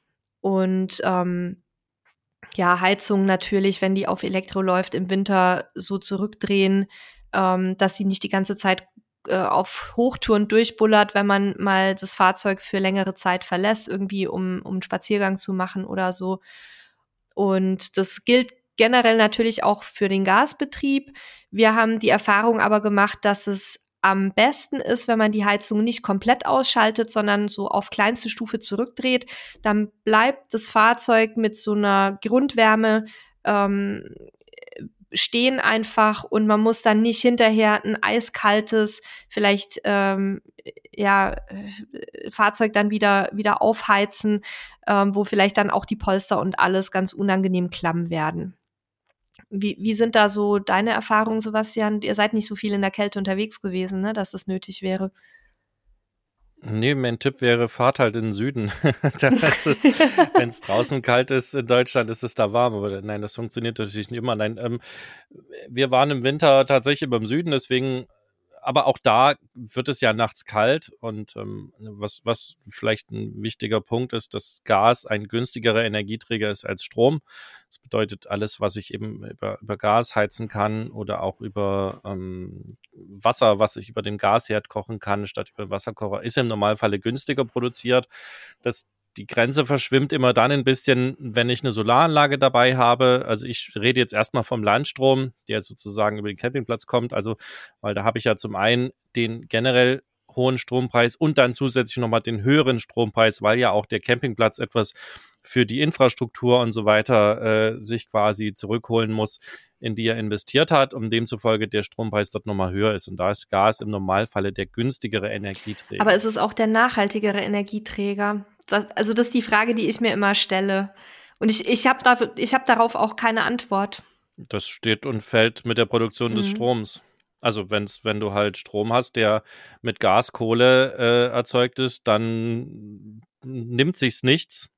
Und ähm, ja, Heizung natürlich, wenn die auf Elektro läuft, im Winter so zurückdrehen, ähm, dass sie nicht die ganze Zeit äh, auf Hochtouren durchbullert, wenn man mal das Fahrzeug für längere Zeit verlässt, irgendwie um, um einen Spaziergang zu machen oder so. Und das gilt generell natürlich auch für den Gasbetrieb. Wir haben die Erfahrung aber gemacht, dass es am besten ist, wenn man die Heizung nicht komplett ausschaltet, sondern so auf kleinste Stufe zurückdreht. Dann bleibt das Fahrzeug mit so einer Grundwärme ähm, stehen einfach und man muss dann nicht hinterher ein eiskaltes, vielleicht ähm, ja Fahrzeug dann wieder wieder aufheizen, ähm, wo vielleicht dann auch die Polster und alles ganz unangenehm klamm werden. Wie, wie sind da so deine Erfahrungen, Sebastian? Ihr seid nicht so viel in der Kälte unterwegs gewesen, ne, dass das nötig wäre. Nee, mein Tipp wäre, fahrt halt in den Süden. Da ist es, wenn es draußen kalt ist in Deutschland, ist es da warm. Aber nein, das funktioniert natürlich nicht immer. Nein, ähm, wir waren im Winter tatsächlich beim Süden, deswegen, aber auch da wird es ja nachts kalt. Und ähm, was, was vielleicht ein wichtiger Punkt ist, dass Gas ein günstigerer Energieträger ist als Strom. Das bedeutet, alles, was ich eben über, über Gas heizen kann oder auch über ähm, Wasser, was ich über den Gasherd kochen kann, statt über den Wasserkocher, ist im Normalfall günstiger produziert. Das Die Grenze verschwimmt immer dann ein bisschen, wenn ich eine Solaranlage dabei habe. Also ich rede jetzt erstmal vom Landstrom, der sozusagen über den Campingplatz kommt. Also, weil da habe ich ja zum einen den generell hohen Strompreis und dann zusätzlich nochmal den höheren Strompreis, weil ja auch der Campingplatz etwas für die Infrastruktur und so weiter äh, sich quasi zurückholen muss, in die er investiert hat, um demzufolge der Strompreis dort nochmal höher ist. Und da ist Gas im Normalfalle der günstigere Energieträger. Aber es ist auch der nachhaltigere Energieträger. Das, also das ist die Frage, die ich mir immer stelle. Und ich, ich habe da, ich hab darauf auch keine Antwort. Das steht und fällt mit der Produktion mhm. des Stroms. Also wenn's, wenn du halt Strom hast, der mit Gas, Kohle äh, erzeugt ist, dann nimmt sich's nichts.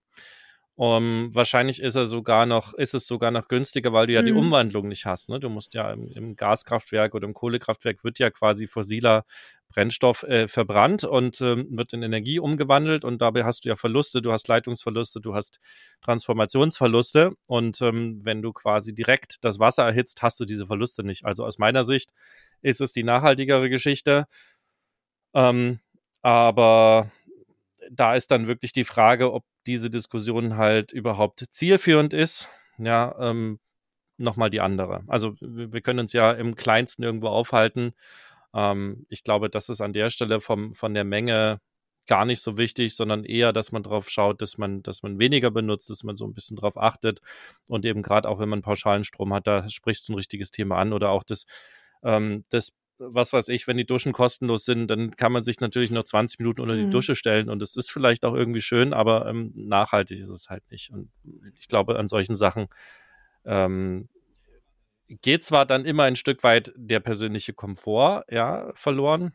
Um, wahrscheinlich ist er sogar noch, ist es sogar noch günstiger, weil du ja mhm. die Umwandlung nicht hast. Ne? Du musst ja im, im Gaskraftwerk oder im Kohlekraftwerk wird ja quasi fossiler Brennstoff äh, verbrannt und ähm, wird in Energie umgewandelt und dabei hast du ja Verluste, du hast Leitungsverluste, du hast Transformationsverluste und ähm, wenn du quasi direkt das Wasser erhitzt, hast du diese Verluste nicht. Also aus meiner Sicht ist es die nachhaltigere Geschichte, ähm, aber da ist dann wirklich die Frage, ob diese Diskussion halt überhaupt zielführend ist. Ja, ähm, nochmal die andere. Also wir, wir können uns ja im Kleinsten irgendwo aufhalten. Ähm, ich glaube, das ist an der Stelle vom, von der Menge gar nicht so wichtig, sondern eher, dass man drauf schaut, dass man, dass man weniger benutzt, dass man so ein bisschen drauf achtet und eben gerade auch, wenn man pauschalen Strom hat, da sprichst du ein richtiges Thema an oder auch das, ähm, das was weiß ich, wenn die Duschen kostenlos sind, dann kann man sich natürlich nur zwanzig Minuten unter die mhm. Dusche stellen und es ist vielleicht auch irgendwie schön, aber ähm, nachhaltig ist es halt nicht. Und ich glaube, an solchen Sachen ähm, geht zwar dann immer ein Stück weit der persönliche Komfort, ja, verloren,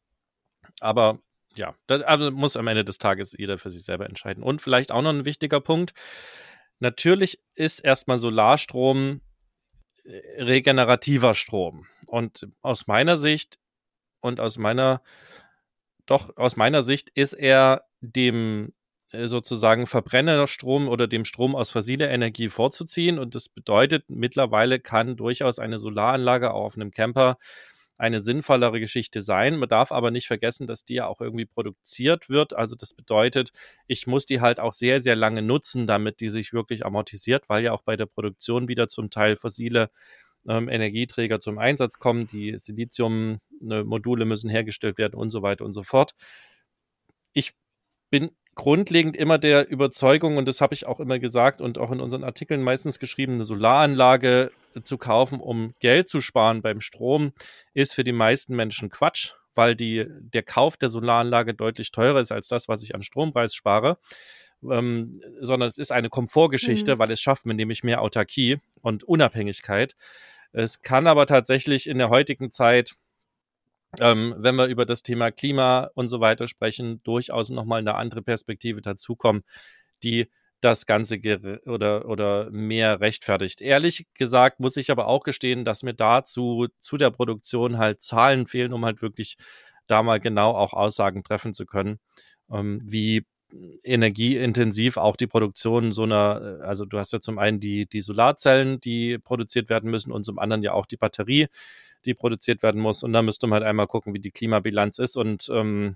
aber ja, das also muss am Ende des Tages jeder für sich selber entscheiden. Und vielleicht auch noch ein wichtiger Punkt, natürlich ist erstmal Solarstrom regenerativer Strom. Und aus meiner Sicht und aus meiner, doch aus meiner Sicht ist er dem sozusagen Verbrennerstrom oder dem Strom aus fossiler Energie vorzuziehen. Und das bedeutet, mittlerweile kann durchaus eine Solaranlage auch auf einem Camper eine sinnvollere Geschichte sein. Man darf aber nicht vergessen, dass die ja auch irgendwie produziert wird. Also das bedeutet, ich muss die halt auch sehr, sehr lange nutzen, damit die sich wirklich amortisiert, weil ja auch bei der Produktion wieder zum Teil fossile ähm, Energieträger zum Einsatz kommen. Die Silizium-Module müssen hergestellt werden und so weiter und so fort. Ich bin grundlegend immer der Überzeugung, und das habe ich auch immer gesagt und auch in unseren Artikeln meistens geschrieben, eine Solaranlage zu kaufen, um Geld zu sparen beim Strom, ist für die meisten Menschen Quatsch, weil die, der Kauf der Solaranlage deutlich teurer ist als das, was ich an Strompreis spare, ähm, sondern es ist eine Komfortgeschichte, mhm. weil es schafft mir nämlich mehr Autarkie und Unabhängigkeit. Es kann aber tatsächlich in der heutigen Zeit, Ähm, wenn wir über das Thema Klima und so weiter sprechen, durchaus nochmal eine andere Perspektive dazukommen, die das Ganze ger- oder, oder mehr rechtfertigt. Ehrlich gesagt muss ich aber auch gestehen, dass mir dazu zu der Produktion halt Zahlen fehlen, um halt wirklich da mal genau auch Aussagen treffen zu können, ähm, wie energieintensiv auch die Produktion so einer, also du hast ja zum einen die, die Solarzellen, die produziert werden müssen und zum anderen ja auch die Batterie, die produziert werden muss. Und da müsste man halt einmal gucken, wie die Klimabilanz ist. Und ähm,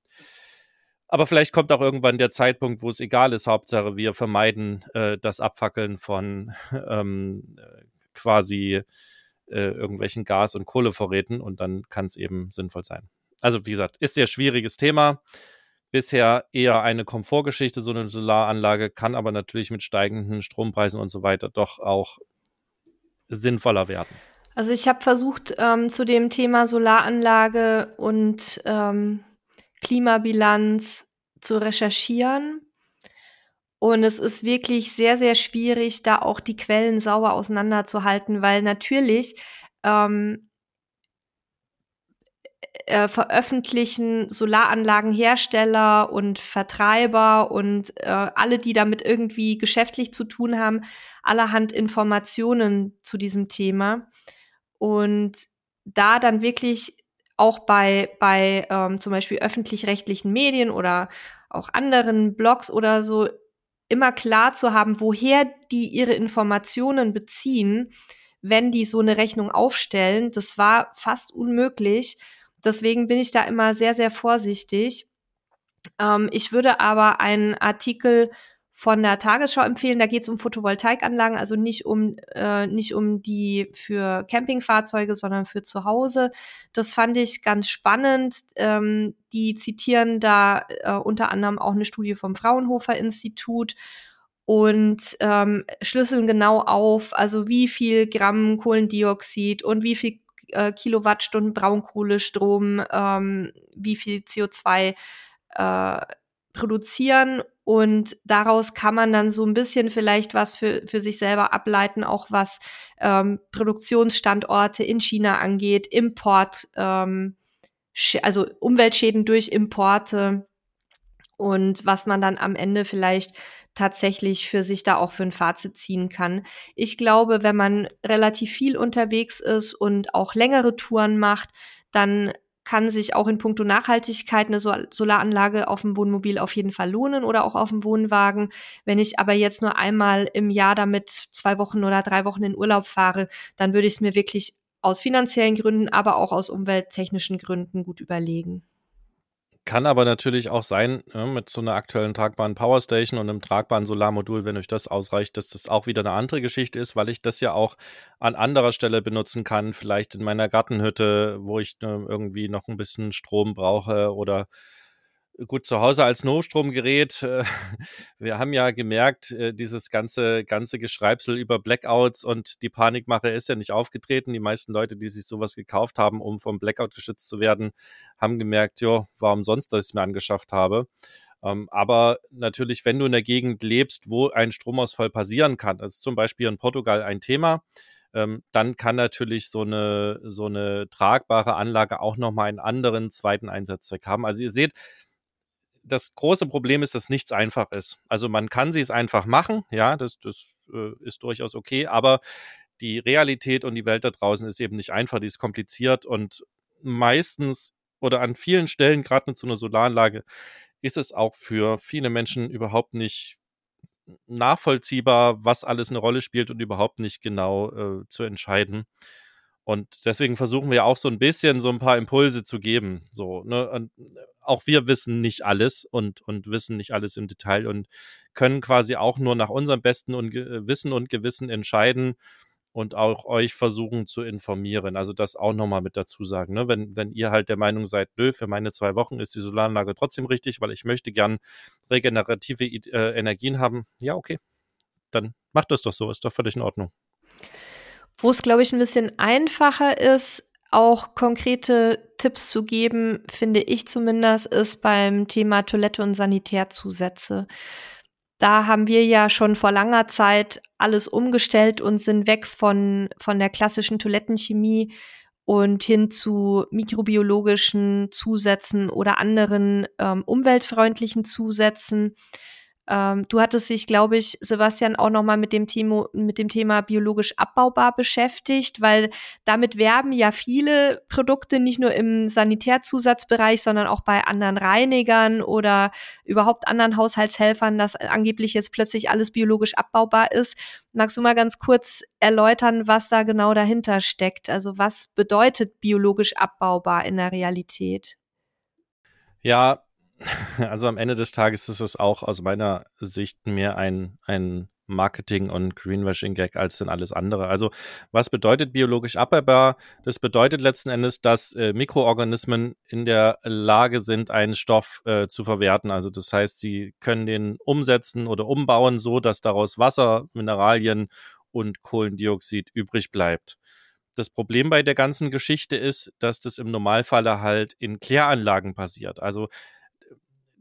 aber vielleicht kommt auch irgendwann der Zeitpunkt, wo es egal ist. Hauptsache, wir vermeiden äh, das Abfackeln von ähm, quasi äh, irgendwelchen Gas- und Kohlevorräten. Und dann kann es eben sinnvoll sein. Also wie gesagt, ist sehr schwieriges Thema. Bisher eher eine Komfortgeschichte, so eine Solaranlage, kann aber natürlich mit steigenden Strompreisen und so weiter doch auch sinnvoller werden. Also ich habe versucht, ähm, zu dem Thema Solaranlage und ähm, Klimabilanz zu recherchieren. Und es ist wirklich sehr, sehr schwierig, da auch die Quellen sauber auseinanderzuhalten, weil natürlich ähm, äh, veröffentlichen Solaranlagenhersteller und Vertreiber und äh, alle, die damit irgendwie geschäftlich zu tun haben, allerhand Informationen zu diesem Thema. Und da dann wirklich auch bei, bei ähm, zum Beispiel öffentlich-rechtlichen Medien oder auch anderen Blogs oder so immer klar zu haben, woher die ihre Informationen beziehen, wenn die so eine Rechnung aufstellen, das war fast unmöglich. Deswegen bin ich da immer sehr, sehr vorsichtig. Ähm, ich würde aber einen Artikel von der Tagesschau empfehlen, da geht es um Photovoltaikanlagen, also nicht um äh, nicht um die für Campingfahrzeuge, sondern für zu Hause. Das fand ich ganz spannend. Ähm, die zitieren da äh, unter anderem auch eine Studie vom Fraunhofer Institut und ähm, schlüsseln genau auf, also wie viel Gramm Kohlendioxid und wie viel äh, Kilowattstunden Braunkohlestrom, ähm, wie viel C O zwei äh, produzieren, und daraus kann man dann so ein bisschen vielleicht was für, für sich selber ableiten, auch was ähm, Produktionsstandorte in China angeht, Import, ähm, also Umweltschäden durch Importe und was man dann am Ende vielleicht tatsächlich für sich da auch für ein Fazit ziehen kann. Ich glaube, wenn man relativ viel unterwegs ist und auch längere Touren macht, dann kann sich auch in puncto Nachhaltigkeit eine Solaranlage auf dem Wohnmobil auf jeden Fall lohnen oder auch auf dem Wohnwagen. Wenn ich aber jetzt nur einmal im Jahr damit zwei Wochen oder drei Wochen in Urlaub fahre, dann würde ich es mir wirklich aus finanziellen Gründen, aber auch aus umwelttechnischen Gründen gut überlegen. Kann aber natürlich auch sein, ja, mit so einer aktuellen tragbaren Powerstation und einem tragbaren Solarmodul, wenn euch das ausreicht, dass das auch wieder eine andere Geschichte ist, weil ich das ja auch an anderer Stelle benutzen kann, vielleicht in meiner Gartenhütte, wo ich äh, irgendwie noch ein bisschen Strom brauche oder gut, zu Hause als Notstromgerät. Äh, wir haben ja gemerkt, äh, dieses ganze, ganze Geschreibsel über Blackouts und die Panikmache ist ja nicht aufgetreten. Die meisten Leute, die sich sowas gekauft haben, um vom Blackout geschützt zu werden, haben gemerkt, jo, warum sonst, dass ich es mir angeschafft habe. Ähm, aber natürlich, wenn du in der Gegend lebst, wo ein Stromausfall passieren kann, also zum Beispiel in Portugal ein Thema, ähm, dann kann natürlich so eine, so eine tragbare Anlage auch nochmal einen anderen zweiten Einsatzzweck haben. Also ihr seht, das große Problem ist, dass nichts einfach ist. Also man kann sie es einfach machen, ja, das, das äh, ist durchaus okay, aber die Realität und die Welt da draußen ist eben nicht einfach, die ist kompliziert und meistens oder an vielen Stellen, gerade mit so einer Solaranlage, ist es auch für viele Menschen überhaupt nicht nachvollziehbar, was alles eine Rolle spielt und überhaupt nicht genau äh, zu entscheiden. Und deswegen versuchen wir auch so ein bisschen so ein paar Impulse zu geben. So, ne? Und auch wir wissen nicht alles und, und wissen nicht alles im Detail und können quasi auch nur nach unserem besten und Ge- Wissen und Gewissen entscheiden und auch euch versuchen zu informieren. Also das auch nochmal mit dazu sagen. Ne? Wenn, wenn ihr halt der Meinung seid, nö, für meine zwei Wochen ist die Solaranlage trotzdem richtig, weil ich möchte gern regenerative äh, Energien haben, ja, okay, dann macht das doch so, ist doch völlig in Ordnung. Wo es, glaube ich, ein bisschen einfacher ist, auch konkrete Tipps zu geben, finde ich zumindest, ist beim Thema Toilette und Sanitärzusätze. Da haben wir ja schon vor langer Zeit alles umgestellt und sind weg von, von der klassischen Toilettenchemie und hin zu mikrobiologischen Zusätzen oder anderen ähm, umweltfreundlichen Zusätzen. Ähm, du hattest dich, glaube ich, Sebastian, auch nochmal mit dem Thema, mit dem Thema biologisch abbaubar beschäftigt, weil damit werben ja viele Produkte nicht nur im Sanitärzusatzbereich, sondern auch bei anderen Reinigern oder überhaupt anderen Haushaltshelfern, dass angeblich jetzt plötzlich alles biologisch abbaubar ist. Magst du mal ganz kurz erläutern, was da genau dahinter steckt? Also was bedeutet biologisch abbaubar in der Realität? Ja, also am Ende des Tages ist es auch aus meiner Sicht mehr ein, ein Marketing- und Greenwashing-Gag als denn alles andere. Also was bedeutet biologisch abbaubar? Das bedeutet letzten Endes, dass äh, Mikroorganismen in der Lage sind, einen Stoff äh, zu verwerten. Also das heißt, sie können den umsetzen oder umbauen, so dass daraus Wasser, Mineralien und Kohlendioxid übrig bleibt. Das Problem bei der ganzen Geschichte ist, dass das im Normalfall halt in Kläranlagen passiert. Also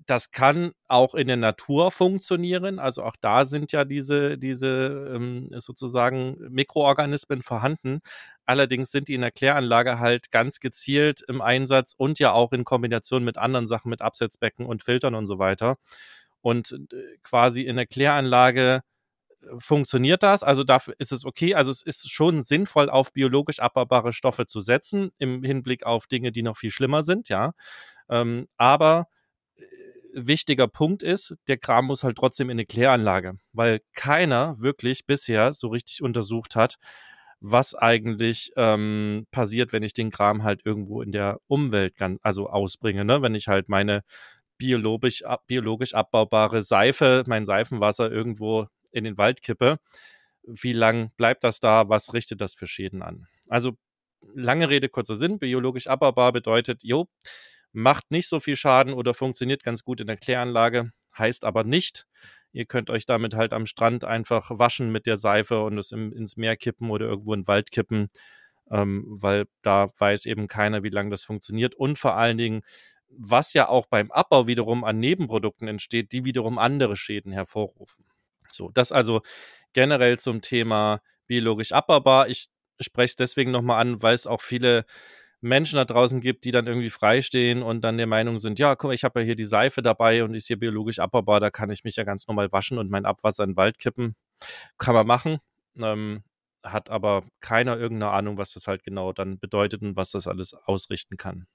das kann auch in der Natur funktionieren. Also auch da sind ja diese, diese ähm, sozusagen Mikroorganismen vorhanden. Allerdings sind die in der Kläranlage halt ganz gezielt im Einsatz und ja auch in Kombination mit anderen Sachen, mit Absetzbecken und Filtern und so weiter. Und äh, quasi in der Kläranlage funktioniert das, also dafür ist es okay, also es ist schon sinnvoll, auf biologisch abbaubare Stoffe zu setzen, im Hinblick auf Dinge, die noch viel schlimmer sind, ja, ähm, aber äh, wichtiger Punkt ist, der Kram muss halt trotzdem in eine Kläranlage, weil keiner wirklich bisher so richtig untersucht hat, was eigentlich ähm, passiert, wenn ich den Kram halt irgendwo in der Umwelt ganz, also ausbringe, ne, wenn ich halt meine biologisch, ab, biologisch abbaubare Seife, mein Seifenwasser irgendwo in den Wald kippe, wie lang bleibt das da, was richtet das für Schäden an? Also lange Rede, kurzer Sinn, biologisch abbaubar bedeutet, jo, macht nicht so viel Schaden oder funktioniert ganz gut in der Kläranlage, heißt aber nicht, ihr könnt euch damit halt am Strand einfach waschen mit der Seife und es im, ins Meer kippen oder irgendwo in den Wald kippen, ähm, weil da weiß eben keiner, wie lange das funktioniert und vor allen Dingen, was ja auch beim Abbau wiederum an Nebenprodukten entsteht, die wiederum andere Schäden hervorrufen. So, das also generell zum Thema biologisch abbaubar. Ich spreche es deswegen nochmal an, weil es auch viele Menschen da draußen gibt, die dann irgendwie freistehen und dann der Meinung sind, ja, guck mal, ich habe ja hier die Seife dabei und ist hier biologisch abbaubar, da kann ich mich ja ganz normal waschen und mein Abwasser in den Wald kippen. Kann man machen, ähm, hat aber keiner irgendeine Ahnung, was das halt genau dann bedeutet und was das alles ausrichten kann.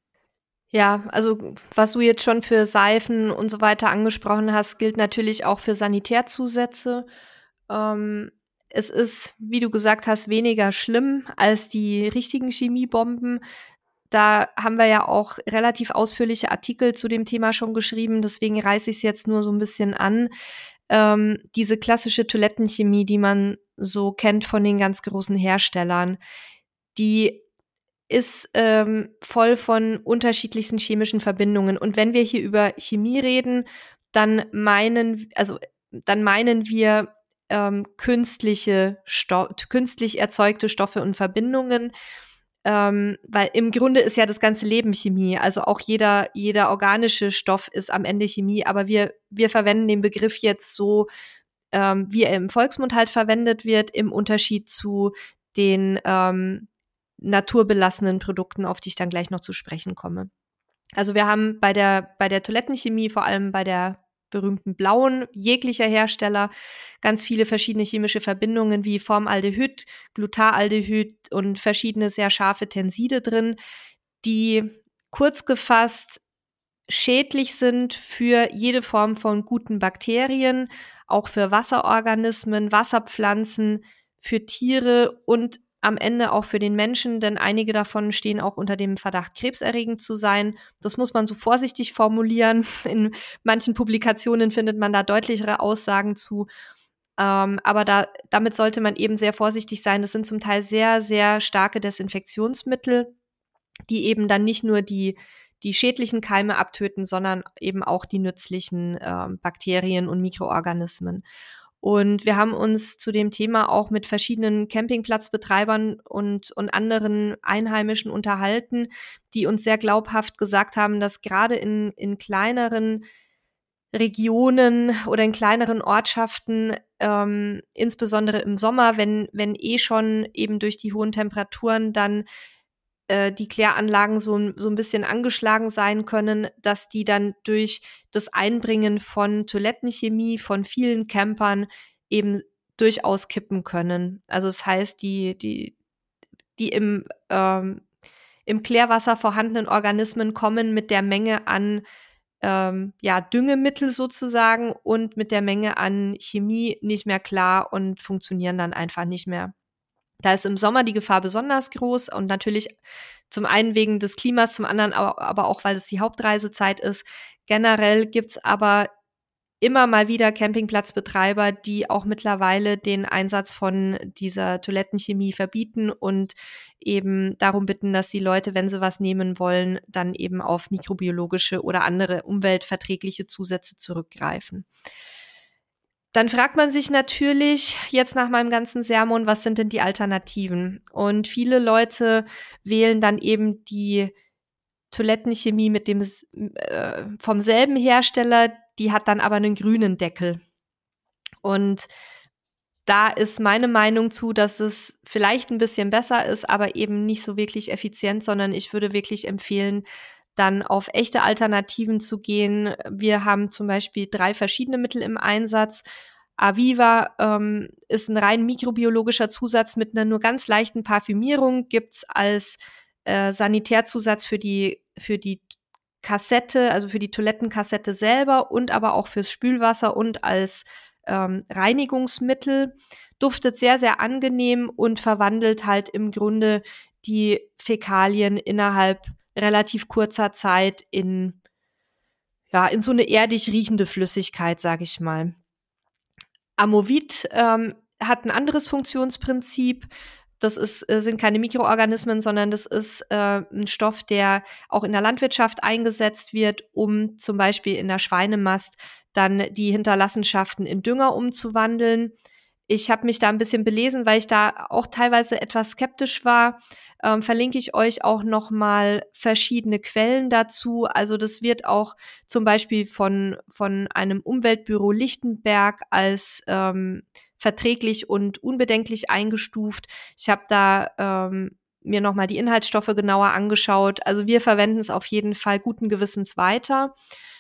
Ja, also was du jetzt schon für Seifen und so weiter angesprochen hast, gilt natürlich auch für Sanitärzusätze. Ähm, es ist, wie du gesagt hast, weniger schlimm als die richtigen Chemiebomben. Da haben wir ja auch relativ ausführliche Artikel zu dem Thema schon geschrieben, deswegen reiße ich es jetzt nur so ein bisschen an. Ähm, diese klassische Toilettenchemie, die man so kennt von den ganz großen Herstellern, die ist ähm, voll von unterschiedlichsten chemischen Verbindungen. Und wenn wir hier über Chemie reden, dann meinen, also dann meinen wir ähm, künstliche Sto- künstlich erzeugte Stoffe und Verbindungen, ähm, weil im Grunde ist ja das ganze Leben Chemie. Also auch jeder jeder organische Stoff ist am Ende Chemie. Aber wir wir verwenden den Begriff jetzt so, ähm, wie er im Volksmund halt verwendet wird, im Unterschied zu den ähm, naturbelassenen Produkten, auf die ich dann gleich noch zu sprechen komme. Also wir haben bei der, bei der Toilettenchemie, vor allem bei der berühmten blauen, jeglicher Hersteller, ganz viele verschiedene chemische Verbindungen wie Formaldehyd, Glutaraldehyd und verschiedene sehr scharfe Tenside drin, die kurz gefasst schädlich sind für jede Form von guten Bakterien, auch für Wasserorganismen, Wasserpflanzen, für Tiere und am Ende auch für den Menschen, denn einige davon stehen auch unter dem Verdacht, krebserregend zu sein. Das muss man so vorsichtig formulieren. In manchen Publikationen findet man da deutlichere Aussagen zu. Ähm, aber da, damit sollte man eben sehr vorsichtig sein. Das sind zum Teil sehr, sehr starke Desinfektionsmittel, die eben dann nicht nur die die schädlichen Keime abtöten, sondern eben auch die nützlichen äh, Bakterien und Mikroorganismen. Und wir haben uns zu dem Thema auch mit verschiedenen Campingplatzbetreibern und, und anderen Einheimischen unterhalten, die uns sehr glaubhaft gesagt haben, dass gerade in, in kleineren Regionen oder in kleineren Ortschaften, ähm, insbesondere im Sommer, wenn, wenn eh schon eben durch die hohen Temperaturen dann die Kläranlagen so, so ein bisschen angeschlagen sein können, dass die dann durch das Einbringen von Toilettenchemie von vielen Campern eben durchaus kippen können. Also das heißt, die, die, die im, ähm, im Klärwasser vorhandenen Organismen kommen mit der Menge an ähm, ja, Düngemittel sozusagen und mit der Menge an Chemie nicht mehr klar und funktionieren dann einfach nicht mehr. Da ist im Sommer die Gefahr besonders groß und natürlich zum einen wegen des Klimas, zum anderen aber auch, weil es die Hauptreisezeit ist. Generell gibt's aber immer mal wieder Campingplatzbetreiber, die auch mittlerweile den Einsatz von dieser Toilettenchemie verbieten und eben darum bitten, dass die Leute, wenn sie was nehmen wollen, dann eben auf mikrobiologische oder andere umweltverträgliche Zusätze zurückgreifen. Dann fragt man sich natürlich jetzt nach meinem ganzen Sermon, was sind denn die Alternativen? Und viele Leute wählen dann eben die Toilettenchemie mit dem äh, vom selben Hersteller, die hat dann aber einen grünen Deckel. Und da ist meine Meinung zu, dass es vielleicht ein bisschen besser ist, aber eben nicht so wirklich effizient, sondern ich würde wirklich empfehlen, dann auf echte Alternativen zu gehen. Wir haben zum Beispiel drei verschiedene Mittel im Einsatz. Aviva ähm, ist ein rein mikrobiologischer Zusatz mit einer nur ganz leichten Parfümierung, gibt's als äh, Sanitärzusatz für die, für die Kassette, also für die Toilettenkassette selber und aber auch fürs Spülwasser und als ähm, Reinigungsmittel. Duftet sehr, sehr angenehm und verwandelt halt im Grunde die Fäkalien innerhalb relativ kurzer Zeit in, ja, in so eine erdig riechende Flüssigkeit, sag ich mal. Amovit ähm, hat ein anderes Funktionsprinzip. Das ist, äh, sind keine Mikroorganismen, sondern das ist äh, ein Stoff, der auch in der Landwirtschaft eingesetzt wird, um zum Beispiel in der Schweinemast dann die Hinterlassenschaften in Dünger umzuwandeln. Ich habe mich da ein bisschen belesen, weil ich da auch teilweise etwas skeptisch war. Ähm, verlinke ich euch auch noch mal verschiedene Quellen dazu. Also das wird auch zum Beispiel von, von einem Umweltbüro Lichtenberg als ähm, verträglich und unbedenklich eingestuft. Ich habe da ähm, mir noch mal die Inhaltsstoffe genauer angeschaut. Also wir verwenden es auf jeden Fall guten Gewissens weiter.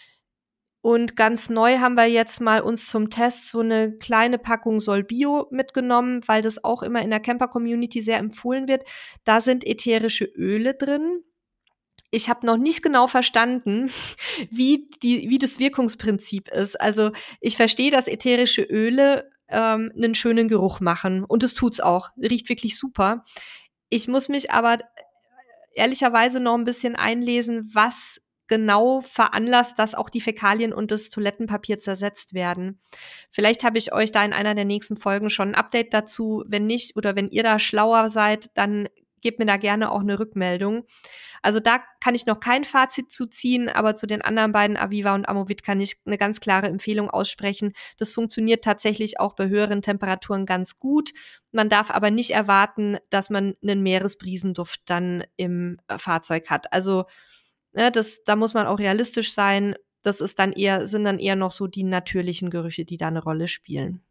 Und ganz neu haben wir jetzt mal uns zum Test so eine kleine Packung Solbio mitgenommen, weil das auch immer in der Camper-Community sehr empfohlen wird. Da sind ätherische Öle drin. Ich habe noch nicht genau verstanden, wie die, wie das Wirkungsprinzip ist. Also ich verstehe, dass ätherische Öle ähm, einen schönen Geruch machen. Und es tut's auch. Riecht wirklich super. Ich muss mich aber ehrlicherweise noch ein bisschen einlesen, was genau veranlasst, dass auch die Fäkalien und das Toilettenpapier zersetzt werden. Vielleicht habe ich euch da in einer der nächsten Folgen schon ein Update dazu. Wenn nicht oder wenn ihr da schlauer seid, dann gebt mir da gerne auch eine Rückmeldung. Also da kann ich noch kein Fazit zu ziehen, aber zu den anderen beiden, Aviva und Amovit, kann ich eine ganz klare Empfehlung aussprechen. Das funktioniert tatsächlich auch bei höheren Temperaturen ganz gut. Man darf aber nicht erwarten, dass man einen Meeresbrisenduft dann im Fahrzeug hat. Also ne, das, da muss man auch realistisch sein. Das ist dann eher, sind dann eher noch so die natürlichen Gerüche, die da eine Rolle spielen.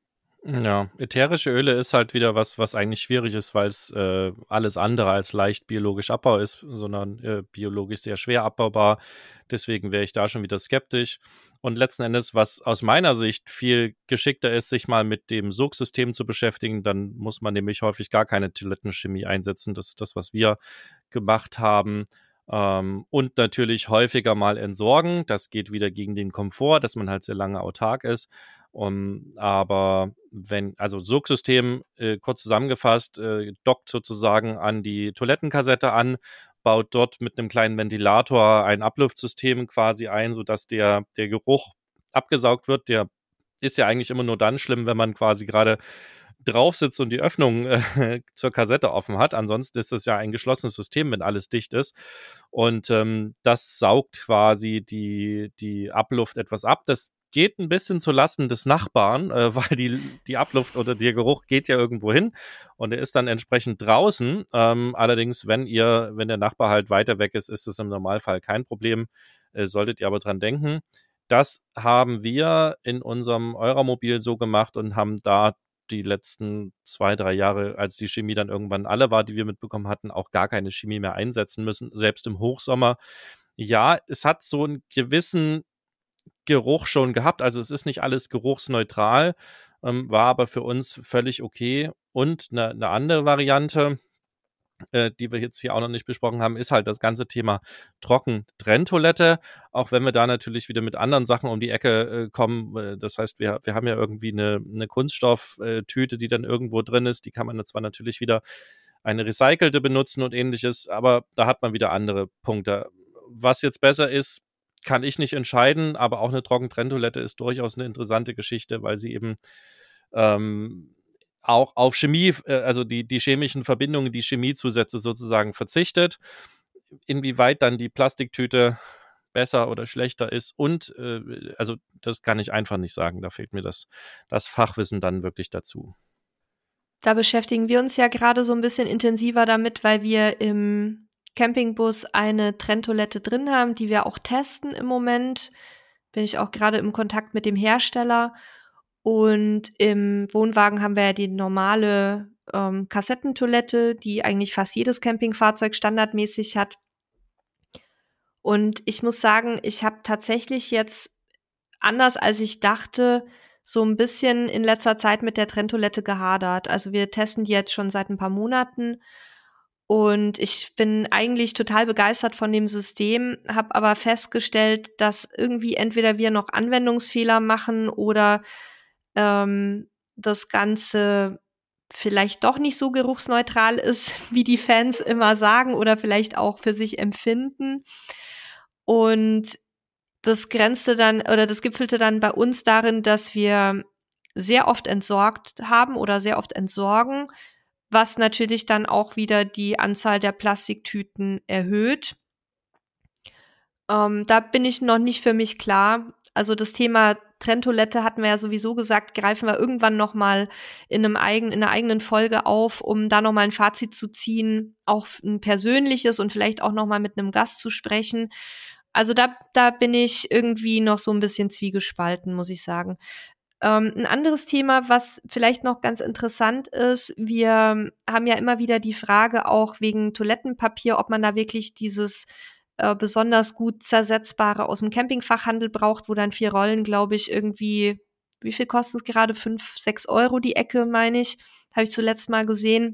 Ja, ätherische Öle ist halt wieder was, was eigentlich schwierig ist, weil es äh, alles andere als leicht biologisch abbaubar ist, sondern äh, biologisch sehr schwer abbaubar. Deswegen wäre ich da schon wieder skeptisch. Und letzten Endes, was aus meiner Sicht viel geschickter ist, sich mal mit dem Sogsystem zu beschäftigen, dann muss man nämlich häufig gar keine Toilettenchemie einsetzen. Das ist das, was wir gemacht haben. Ähm, und natürlich häufiger mal entsorgen. Das geht wieder gegen den Komfort, dass man halt sehr lange autark ist. Um, aber wenn, also Sogsystem, äh, kurz zusammengefasst, äh, dockt sozusagen an die Toilettenkassette an, baut dort mit einem kleinen Ventilator ein Abluftsystem quasi ein, sodass der, der Geruch abgesaugt wird. Der ist ja eigentlich immer nur dann schlimm, wenn man quasi gerade drauf sitzt und die Öffnung äh, zur Kassette offen hat. Ansonsten ist das ja ein geschlossenes System, wenn alles dicht ist. Und ähm, das saugt quasi die, die Abluft etwas ab. Das geht ein bisschen zu Lasten des Nachbarn, äh, weil die, die Abluft oder der Geruch geht ja irgendwo hin und er ist dann entsprechend draußen. Ähm, allerdings, wenn ihr, wenn der Nachbar halt weiter weg ist, ist es im Normalfall kein Problem. Äh, solltet ihr aber dran denken. Das haben wir in unserem Euramobil so gemacht und haben da die letzten zwei, drei Jahre, als die Chemie dann irgendwann alle war, die wir mitbekommen hatten, auch gar keine Chemie mehr einsetzen müssen, selbst im Hochsommer. Ja, es hat so einen gewissen Geruch schon gehabt, also es ist nicht alles geruchsneutral, ähm, war aber für uns völlig okay. Und eine, eine andere Variante, äh, die wir jetzt hier auch noch nicht besprochen haben, ist halt das ganze Thema Trockentrenntoilette, auch wenn wir da natürlich wieder mit anderen Sachen um die Ecke äh, kommen. Äh, das heißt, wir, wir haben ja irgendwie eine, eine Kunststofftüte, die dann irgendwo drin ist, die kann man zwar natürlich wieder eine recycelte benutzen und ähnliches, aber da hat man wieder andere Punkte. Was jetzt besser ist, kann ich nicht entscheiden, aber auch eine Trockentrenntoilette ist durchaus eine interessante Geschichte, weil sie eben ähm, auch auf Chemie, äh, also die, die chemischen Verbindungen, die Chemiezusätze sozusagen verzichtet. Inwieweit dann die Plastiktüte besser oder schlechter ist und äh, also das kann ich einfach nicht sagen, da fehlt mir das, das Fachwissen dann wirklich dazu. Da beschäftigen wir uns ja gerade so ein bisschen intensiver damit, weil wir im Campingbus eine Trenntoilette drin haben, die wir auch testen im Moment. Bin ich auch gerade im Kontakt mit dem Hersteller. Und im Wohnwagen haben wir ja die normale ähm, Kassettentoilette, die eigentlich fast jedes Campingfahrzeug standardmäßig hat. Und ich muss sagen, ich habe tatsächlich jetzt, anders als ich dachte, so ein bisschen in letzter Zeit mit der Trenntoilette gehadert. Also wir testen die jetzt schon seit ein paar Monaten. Und ich bin eigentlich total begeistert von dem System, habe aber festgestellt, dass irgendwie entweder wir noch Anwendungsfehler machen oder ähm, das Ganze vielleicht doch nicht so geruchsneutral ist, wie die Fans immer sagen oder vielleicht auch für sich empfinden. Und das grenzte dann oder das gipfelte dann bei uns darin, dass wir sehr oft entsorgt haben oder sehr oft entsorgen, was natürlich dann auch wieder die Anzahl der Plastiktüten erhöht. Ähm, da bin ich noch nicht für mich klar. Also das Thema Trenntoilette hatten wir ja sowieso gesagt, greifen wir irgendwann noch mal in einem eigenen, in einer eigenen Folge auf, um da noch mal ein Fazit zu ziehen, auch ein persönliches und vielleicht auch noch mal mit einem Gast zu sprechen. Also da, da bin ich irgendwie noch so ein bisschen zwiegespalten, muss ich sagen. Ähm, ein anderes Thema, was vielleicht noch ganz interessant ist, wir haben ja immer wieder die Frage auch wegen Toilettenpapier, ob man da wirklich dieses äh, besonders gut zersetzbare aus dem Campingfachhandel braucht, wo dann vier Rollen, glaube ich, irgendwie, wie viel kosten es gerade? Fünf, sechs Euro die Ecke, meine ich. Habe ich zuletzt mal gesehen.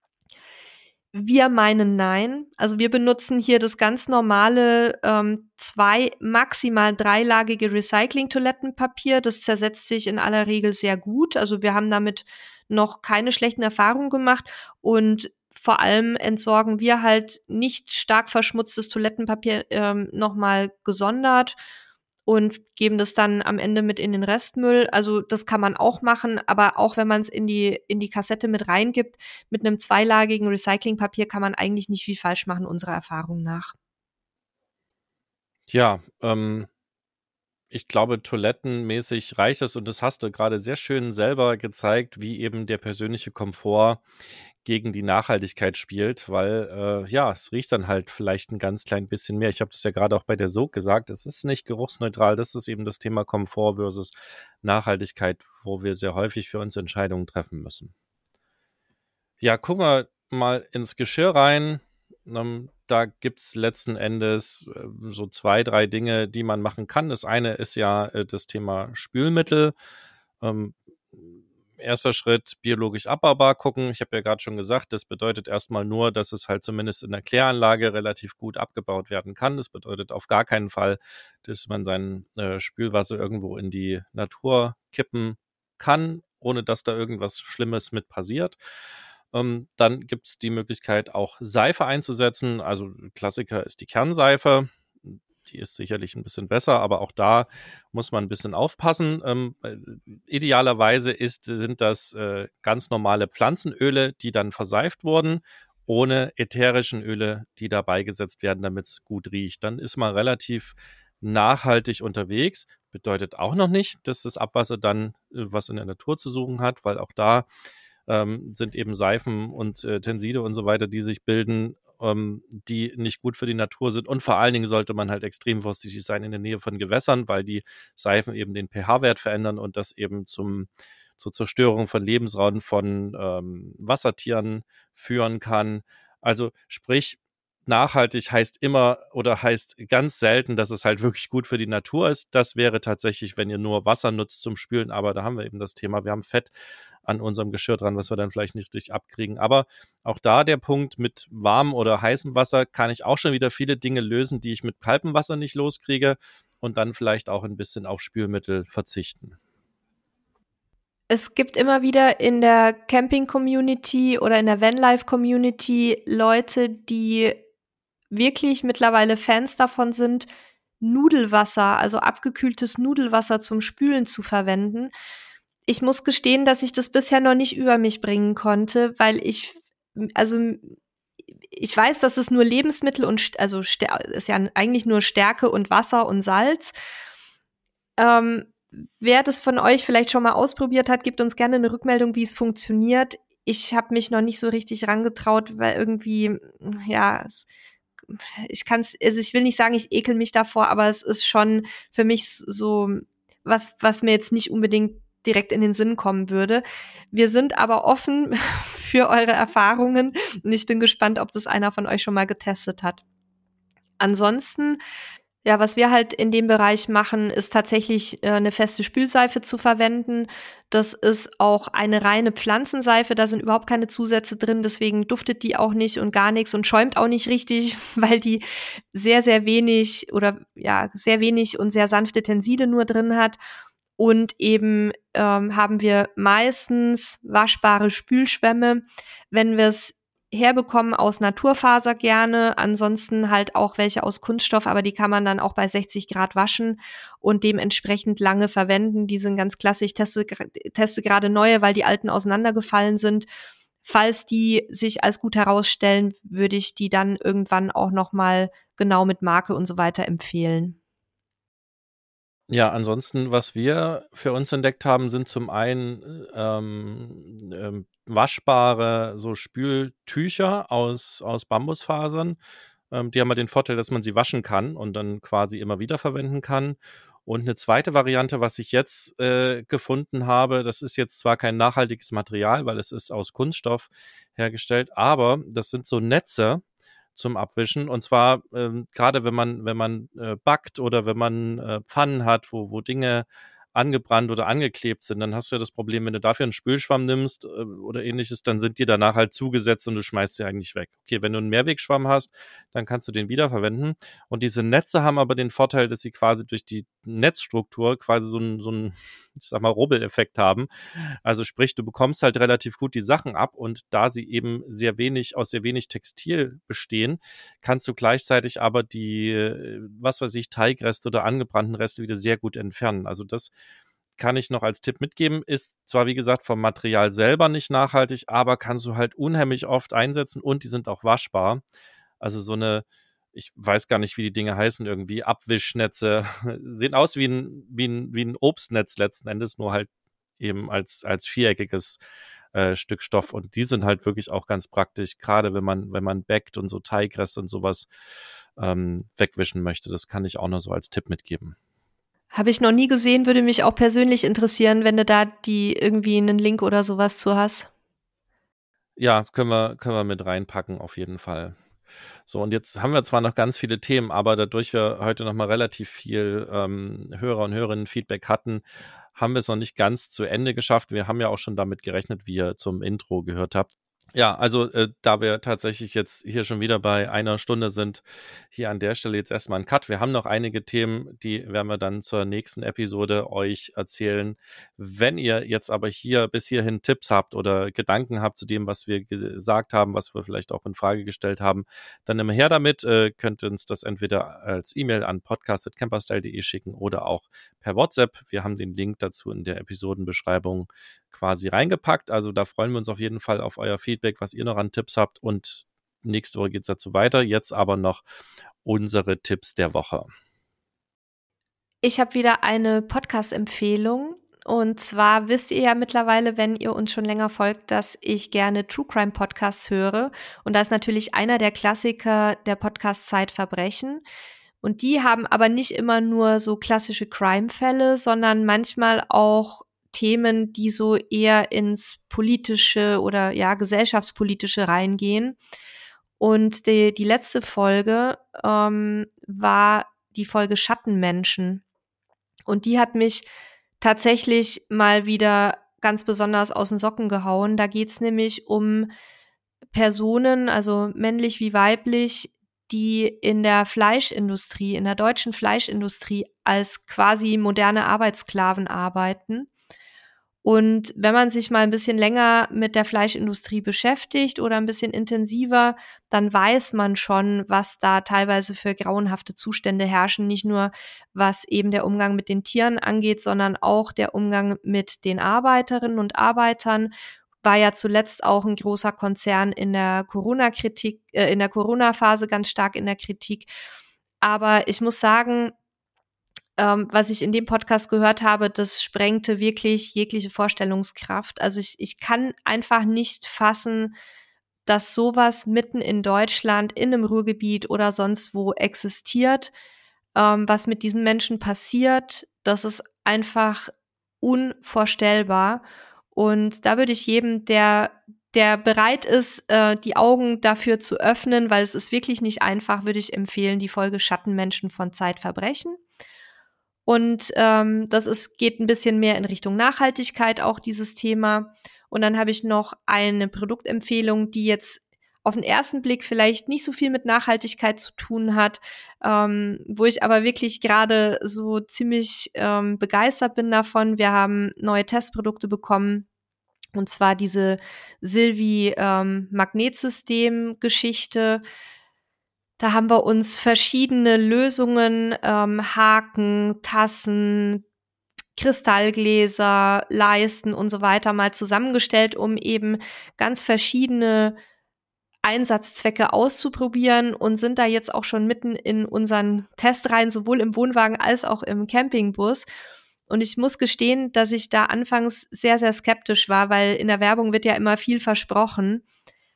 Wir meinen nein. Also wir benutzen hier das ganz normale ähm, zwei, maximal dreilagige Recycling-Toilettenpapier. Das zersetzt sich in aller Regel sehr gut. Also wir haben damit noch keine schlechten Erfahrungen gemacht und vor allem entsorgen wir halt nicht stark verschmutztes Toilettenpapier ähm, nochmal gesondert und geben das dann am Ende mit in den Restmüll. Also das kann man auch machen, aber auch wenn man es in die in die Kassette mit reingibt, mit einem zweilagigen Recyclingpapier kann man eigentlich nicht viel falsch machen, unserer Erfahrung nach. Ja, ähm, ich glaube, toilettenmäßig reicht das und das hast du gerade sehr schön selber gezeigt, wie eben der persönliche Komfort gegen die Nachhaltigkeit spielt, weil äh, ja, es riecht dann halt vielleicht ein ganz klein bisschen mehr. Ich habe das ja gerade auch bei der Sog gesagt, es ist nicht geruchsneutral, das ist eben das Thema Komfort versus Nachhaltigkeit, wo wir sehr häufig für uns Entscheidungen treffen müssen. Ja, gucken wir mal ins Geschirr rein. Ähm, da gibt's letzten Endes äh, so zwei, drei Dinge, die man machen kann. Das eine ist ja äh, das Thema Spülmittel. Ähm, erster Schritt, biologisch abbaubar gucken. Ich habe ja gerade schon gesagt, das bedeutet erstmal nur, dass es halt zumindest in der Kläranlage relativ gut abgebaut werden kann. Das bedeutet auf gar keinen Fall, dass man sein äh, Spülwasser irgendwo in die Natur kippen kann, ohne dass da irgendwas Schlimmes mit passiert. Ähm, dann gibt es die Möglichkeit, auch Seife einzusetzen. Also Klassiker ist die Kernseife. Die ist sicherlich ein bisschen besser, aber auch da muss man ein bisschen aufpassen. Ähm, äh, idealerweise ist, sind das äh, ganz normale Pflanzenöle, die dann verseift wurden, ohne ätherischen Öle, die da beigesetzt werden, damit es gut riecht. Dann ist man relativ nachhaltig unterwegs. Bedeutet auch noch nicht, dass das Abwasser dann äh, was in der Natur zu suchen hat, weil auch da ähm, sind eben Seifen und äh, Tenside und so weiter, die sich bilden, ähm, die nicht gut für die Natur sind. Und vor allen Dingen sollte man halt extrem vorsichtig sein in der Nähe von Gewässern, weil die Seifen eben den pH-Wert verändern und das eben zum zur Zerstörung von Lebensraum von ähm, Wassertieren führen kann. Also sprich, nachhaltig heißt immer oder heißt ganz selten, dass es halt wirklich gut für die Natur ist. Das wäre tatsächlich, wenn ihr nur Wasser nutzt zum Spülen, aber da haben wir eben das Thema, wir haben Fett an unserem Geschirr dran, was wir dann vielleicht nicht richtig abkriegen. Aber auch da der Punkt, mit warmem oder heißem Wasser kann ich auch schon wieder viele Dinge lösen, die ich mit kaltem Wasser nicht loskriege und dann vielleicht auch ein bisschen auf Spülmittel verzichten. Es gibt immer wieder in der Camping-Community oder in der Vanlife-Community Leute, die wirklich mittlerweile Fans davon sind, Nudelwasser, also abgekühltes Nudelwasser zum Spülen zu verwenden. Ich muss gestehen, dass ich das bisher noch nicht über mich bringen konnte, weil ich, also ich weiß, dass es nur Lebensmittel und, also ist ja eigentlich nur Stärke und Wasser und Salz. Ähm, wer das von euch vielleicht schon mal ausprobiert hat, gebt uns gerne eine Rückmeldung, wie es funktioniert. Ich habe mich noch nicht so richtig rangetraut, weil irgendwie, ja, es ich kann es, also ich will nicht sagen, ich ekel mich davor, aber es ist schon für mich so was, was mir jetzt nicht unbedingt direkt in den Sinn kommen würde. Wir sind aber offen für eure Erfahrungen und ich bin gespannt, ob das einer von euch schon mal getestet hat. Ansonsten, ja, was wir halt in dem Bereich machen, ist tatsächlich äh, eine feste Spülseife zu verwenden. Das ist auch eine reine Pflanzenseife, da sind überhaupt keine Zusätze drin, deswegen duftet die auch nicht und gar nichts und schäumt auch nicht richtig, weil die sehr, sehr wenig oder ja, sehr wenig und sehr sanfte Tenside nur drin hat. Und eben ähm, haben wir meistens waschbare Spülschwämme, wenn wir es herbekommen aus Naturfaser gerne, ansonsten halt auch welche aus Kunststoff, aber die kann man dann auch bei sechzig Grad waschen und dementsprechend lange verwenden. Die sind ganz klassisch. Ich teste, teste gerade neue, weil die alten auseinandergefallen sind. Falls die sich als gut herausstellen, würde ich die dann irgendwann auch nochmal genau mit Marke und so weiter empfehlen. Ja, ansonsten, was wir für uns entdeckt haben, sind zum einen ähm, ähm, waschbare so Spültücher aus, aus Bambusfasern. Ähm, die haben ja den Vorteil, dass man sie waschen kann und dann quasi immer wieder verwenden kann. Und eine zweite Variante, was ich jetzt äh, gefunden habe, das ist jetzt zwar kein nachhaltiges Material, weil es ist aus Kunststoff hergestellt, aber das sind so Netze zum Abwischen. Und zwar ähm, gerade wenn man wenn man äh, backt oder wenn man äh, Pfannen hat, wo wo Dinge angebrannt oder angeklebt sind, dann hast du ja das Problem, wenn du dafür einen Spülschwamm nimmst äh, oder ähnliches, dann sind die danach halt zugesetzt und du schmeißt sie eigentlich weg. Okay, wenn du einen Mehrwegschwamm hast, dann kannst du den wiederverwenden. Und diese Netze haben aber den Vorteil, dass sie quasi durch die Netzstruktur quasi so einen, so einen, ich sag mal, Rubbeleffekt haben. Also sprich, du bekommst halt relativ gut die Sachen ab und da sie eben sehr wenig, aus sehr wenig Textil bestehen, kannst du gleichzeitig aber die, was weiß ich, Teigreste oder angebrannten Reste wieder sehr gut entfernen. Also das kann ich noch als Tipp mitgeben, ist zwar wie gesagt vom Material selber nicht nachhaltig, aber kannst du halt unheimlich oft einsetzen und die sind auch waschbar. Also so eine, ich weiß gar nicht, wie die Dinge heißen irgendwie, Abwischnetze, sehen aus wie ein, wie ein, wie ein Obstnetz letzten Endes, nur halt eben als, als viereckiges äh, Stück Stoff und die sind halt wirklich auch ganz praktisch, gerade wenn man, wenn man backt und so Teigreste und sowas ähm, wegwischen möchte. Das kann ich auch noch so als Tipp mitgeben. Habe ich noch nie gesehen, würde mich auch persönlich interessieren, wenn du da die irgendwie einen Link oder sowas zu hast. Ja, können wir, können wir mit reinpacken, auf jeden Fall. So, und jetzt haben wir zwar noch ganz viele Themen, aber dadurch wir heute noch mal relativ viel ähm, Hörer und Hörerinnen Feedback hatten, haben wir es noch nicht ganz zu Ende geschafft. Wir haben ja auch schon damit gerechnet, wie ihr zum Intro gehört habt. Ja, also äh, da wir tatsächlich jetzt hier schon wieder bei einer Stunde sind, hier an der Stelle jetzt erstmal ein Cut. Wir haben noch einige Themen, die werden wir dann zur nächsten Episode euch erzählen. Wenn ihr jetzt aber hier bis hierhin Tipps habt oder Gedanken habt zu dem, was wir gesagt haben, was wir vielleicht auch in Frage gestellt haben, dann immer her damit. Äh, könnt ihr uns das entweder als E-Mail an podcast at camperstyle punkt de schicken oder auch per WhatsApp. Wir haben den Link dazu in der Episodenbeschreibung quasi reingepackt. Also da freuen wir uns auf jeden Fall auf euer Feedback, was ihr noch an Tipps habt. Und nächste Woche geht es dazu weiter. Jetzt aber noch unsere Tipps der Woche. Ich habe wieder eine Podcast-Empfehlung. Und zwar wisst ihr ja mittlerweile, wenn ihr uns schon länger folgt, dass ich gerne True Crime Podcasts höre. Und da ist natürlich einer der Klassiker der Podcast-Zeit Verbrechen. Und die haben aber nicht immer nur so klassische Crime-Fälle, sondern manchmal auch Themen, die so eher ins politische oder ja gesellschaftspolitische reingehen. Und die, die letzte Folge ähm, war die Folge Schattenmenschen. Und die hat mich tatsächlich mal wieder ganz besonders aus den Socken gehauen. Da geht's nämlich um Personen, also männlich wie weiblich, die in der Fleischindustrie, in der deutschen Fleischindustrie als quasi moderne Arbeitssklaven arbeiten. Und wenn man sich mal ein bisschen länger mit der Fleischindustrie beschäftigt oder ein bisschen intensiver, dann weiß man schon, was da teilweise für grauenhafte Zustände herrschen. Nicht nur, was eben der Umgang mit den Tieren angeht, sondern auch der Umgang mit den Arbeiterinnen und Arbeitern. War ja zuletzt auch ein großer Konzern in der Corona-Kritik, äh, in der Corona-Phase ganz stark in der Kritik. Aber ich muss sagen, Ähm, was ich in dem Podcast gehört habe, das sprengte wirklich jegliche Vorstellungskraft. Also ich, ich kann einfach nicht fassen, dass sowas mitten in Deutschland, in einem Ruhrgebiet oder sonst wo existiert. Ähm, was mit diesen Menschen passiert, das ist einfach unvorstellbar. Und da würde ich jedem, der, der bereit ist, äh, die Augen dafür zu öffnen, weil es ist wirklich nicht einfach, würde ich empfehlen, die Folge Schattenmenschen von Zeitverbrechen. Und ähm, das ist, geht ein bisschen mehr in Richtung Nachhaltigkeit, auch dieses Thema. Und dann habe ich noch eine Produktempfehlung, die jetzt auf den ersten Blick vielleicht nicht so viel mit Nachhaltigkeit zu tun hat, ähm, wo ich aber wirklich gerade so ziemlich ähm, begeistert bin davon. Wir haben neue Testprodukte bekommen, und zwar diese Silvi ähm, Magnetsystem-Geschichte. Da haben wir uns verschiedene Lösungen, ähm, Haken, Tassen, Kristallgläser, Leisten und so weiter mal zusammengestellt, um eben ganz verschiedene Einsatzzwecke auszuprobieren und sind da jetzt auch schon mitten in unseren Testreihen, sowohl im Wohnwagen als auch im Campingbus. Und ich muss gestehen, dass ich da anfangs sehr, sehr skeptisch war, weil in der Werbung wird ja immer viel versprochen,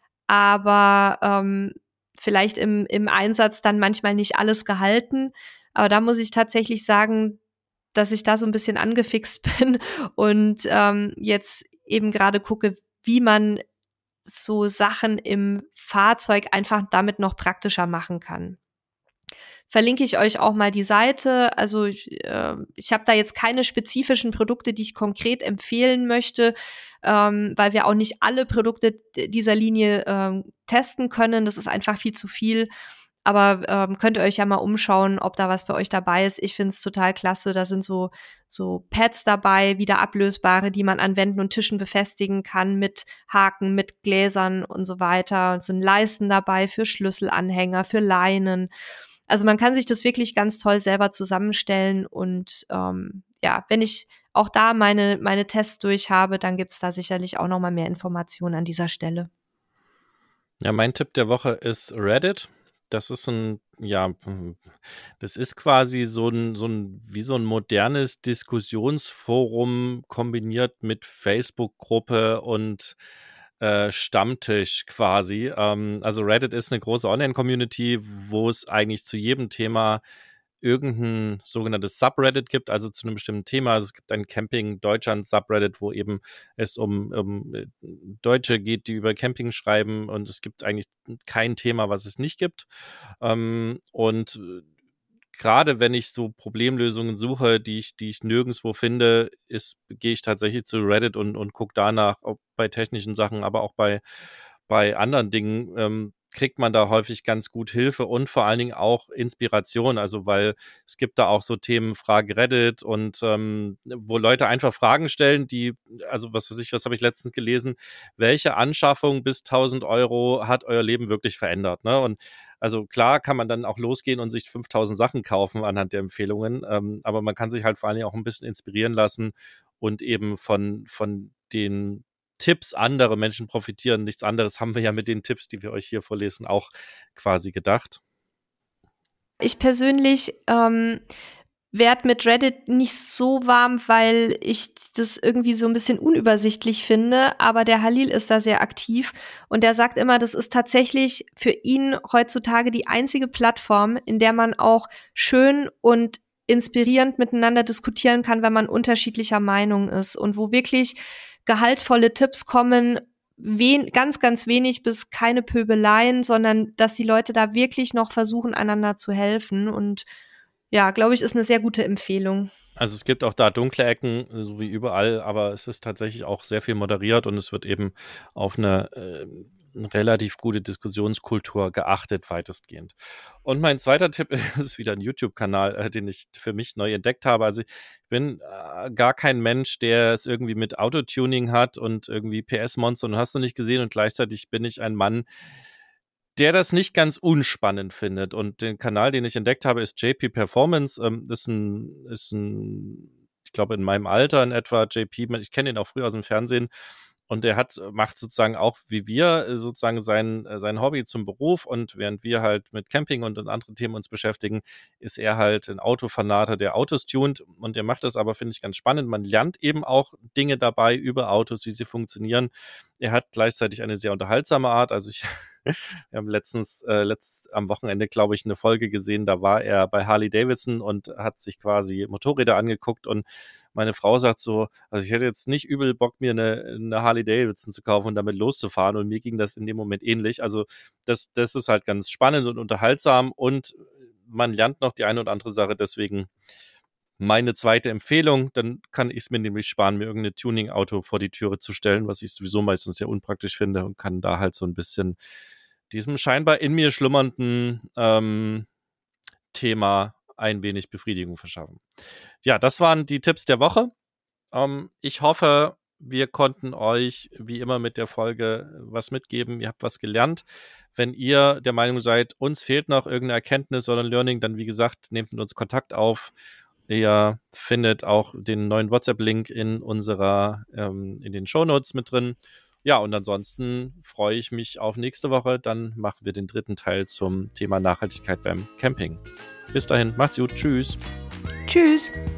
aber ähm, vielleicht im, im Einsatz dann manchmal nicht alles gehalten. Aber da muss ich tatsächlich sagen, dass ich da so ein bisschen angefixt bin und ähm, jetzt eben gerade gucke, wie man so Sachen im Fahrzeug einfach damit noch praktischer machen kann. Verlinke ich euch auch mal die Seite. Also ich, äh, ich habe da jetzt keine spezifischen Produkte, die ich konkret empfehlen möchte, ähm, weil wir auch nicht alle Produkte dieser Linie ähm, testen können. Das ist einfach viel zu viel. Aber ähm, könnt ihr euch ja mal umschauen, ob da was für euch dabei ist. Ich finde es total klasse. Da sind so, so Pads dabei, wieder ablösbare, die man an Wänden und Tischen befestigen kann mit Haken, mit Gläsern und so weiter. Es sind Leisten dabei für Schlüsselanhänger, für Leinen. Also man kann sich das wirklich ganz toll selber zusammenstellen. Und ähm, ja, wenn ich auch da meine, meine Tests durch habe, dann gibt's da sicherlich auch noch mal mehr Informationen an dieser Stelle. Ja, mein Tipp der Woche ist Reddit. Das ist ein, ja, das ist quasi so ein, so ein, wie so ein modernes Diskussionsforum kombiniert mit Facebook-Gruppe und äh, Stammtisch quasi. Ähm, also Reddit ist eine große Online-Community, wo es eigentlich zu jedem Thema irgendein sogenanntes Subreddit gibt, also zu einem bestimmten Thema. Also es gibt ein Camping-Deutschland-Subreddit, wo eben es um, um Deutsche geht, die über Camping schreiben, und es gibt eigentlich kein Thema, was es nicht gibt. Ähm, und gerade wenn ich so Problemlösungen suche, die ich, die ich nirgendwo finde, ist, gehe ich tatsächlich zu Reddit und, und gucke danach, ob bei technischen Sachen, aber auch bei, bei anderen Dingen, ähm, kriegt man da häufig ganz gut Hilfe und vor allen Dingen auch Inspiration. Also weil es gibt da auch so Themen Frage Reddit und ähm, wo Leute einfach Fragen stellen, die, also was weiß ich, was habe ich letztens gelesen, welche Anschaffung bis tausend Euro hat euer Leben wirklich verändert, ne? Und also klar kann man dann auch losgehen und sich fünftausend Sachen kaufen anhand der Empfehlungen, ähm, aber man kann sich halt vor allen Dingen auch ein bisschen inspirieren lassen und eben von, von den Tipps andere Menschen profitieren. Nichts anderes haben wir ja mit den Tipps, die wir euch hier vorlesen, auch quasi gedacht. Ich persönlich ähm, werde mit Reddit nicht so warm, weil ich das irgendwie so ein bisschen unübersichtlich finde, aber der Halil ist da sehr aktiv und der sagt immer, das ist tatsächlich für ihn heutzutage die einzige Plattform, in der man auch schön und inspirierend miteinander diskutieren kann, wenn man unterschiedlicher Meinung ist und wo wirklich gehaltvolle Tipps kommen, wen, ganz, ganz wenig bis keine Pöbeleien, sondern dass die Leute da wirklich noch versuchen, einander zu helfen. Und ja, glaube ich, ist eine sehr gute Empfehlung. Also es gibt auch da dunkle Ecken, so wie überall, aber es ist tatsächlich auch sehr viel moderiert und es wird eben auf eine äh, relativ gute Diskussionskultur geachtet, weitestgehend. Und mein zweiter Tipp ist wieder ein YouTube-Kanal, äh, den ich für mich neu entdeckt habe. Also ich bin äh, gar kein Mensch, der es irgendwie mit Autotuning hat und irgendwie P S-Monster und hast du nicht gesehen, und gleichzeitig bin ich ein Mann, der das nicht ganz unspannend findet. Und den Kanal, den ich entdeckt habe, ist J P Performance. Ähm, ist ein, ist ein, ich glaube in meinem Alter in etwa, J P, ich kenne ihn auch früher aus dem Fernsehen. Und er hat, macht sozusagen auch wie wir sozusagen sein, sein Hobby zum Beruf, und während wir halt mit Camping und anderen Themen uns beschäftigen, ist er halt ein Autofanater, der Autos tunt, und er macht das aber, finde ich, ganz spannend. Man lernt eben auch Dinge dabei über Autos, wie sie funktionieren. Er hat gleichzeitig eine sehr unterhaltsame Art, also ich wir haben letztens, äh, letzt, am Wochenende, glaube ich, eine Folge gesehen, da war er bei Harley Davidson und hat sich quasi Motorräder angeguckt, und meine Frau sagt so, also ich hätte jetzt nicht übel Bock, mir eine, eine Harley Davidson zu kaufen und damit loszufahren, und mir ging das in dem Moment ähnlich. Also das, das ist halt ganz spannend und unterhaltsam, und man lernt noch die eine oder andere Sache, deswegen meine zweite Empfehlung, dann kann ich es mir nämlich sparen, mir irgendein Tuning-Auto vor die Türe zu stellen, was ich sowieso meistens sehr unpraktisch finde, und kann da halt so ein bisschen diesem scheinbar in mir schlummernden ähm, Thema ein wenig Befriedigung verschaffen. Ja, das waren die Tipps der Woche. Ähm, ich hoffe, wir konnten euch wie immer mit der Folge was mitgeben. Ihr habt was gelernt. Wenn ihr der Meinung seid, uns fehlt noch irgendeine Erkenntnis oder ein Learning, dann wie gesagt, nehmt mit uns Kontakt auf. Ihr findet auch den neuen WhatsApp-Link in unserer, ähm, in den Shownotes mit drin. Ja, und ansonsten freue ich mich auf nächste Woche. Dann machen wir den dritten Teil zum Thema Nachhaltigkeit beim Camping. Bis dahin, macht's gut. Tschüss. Tschüss.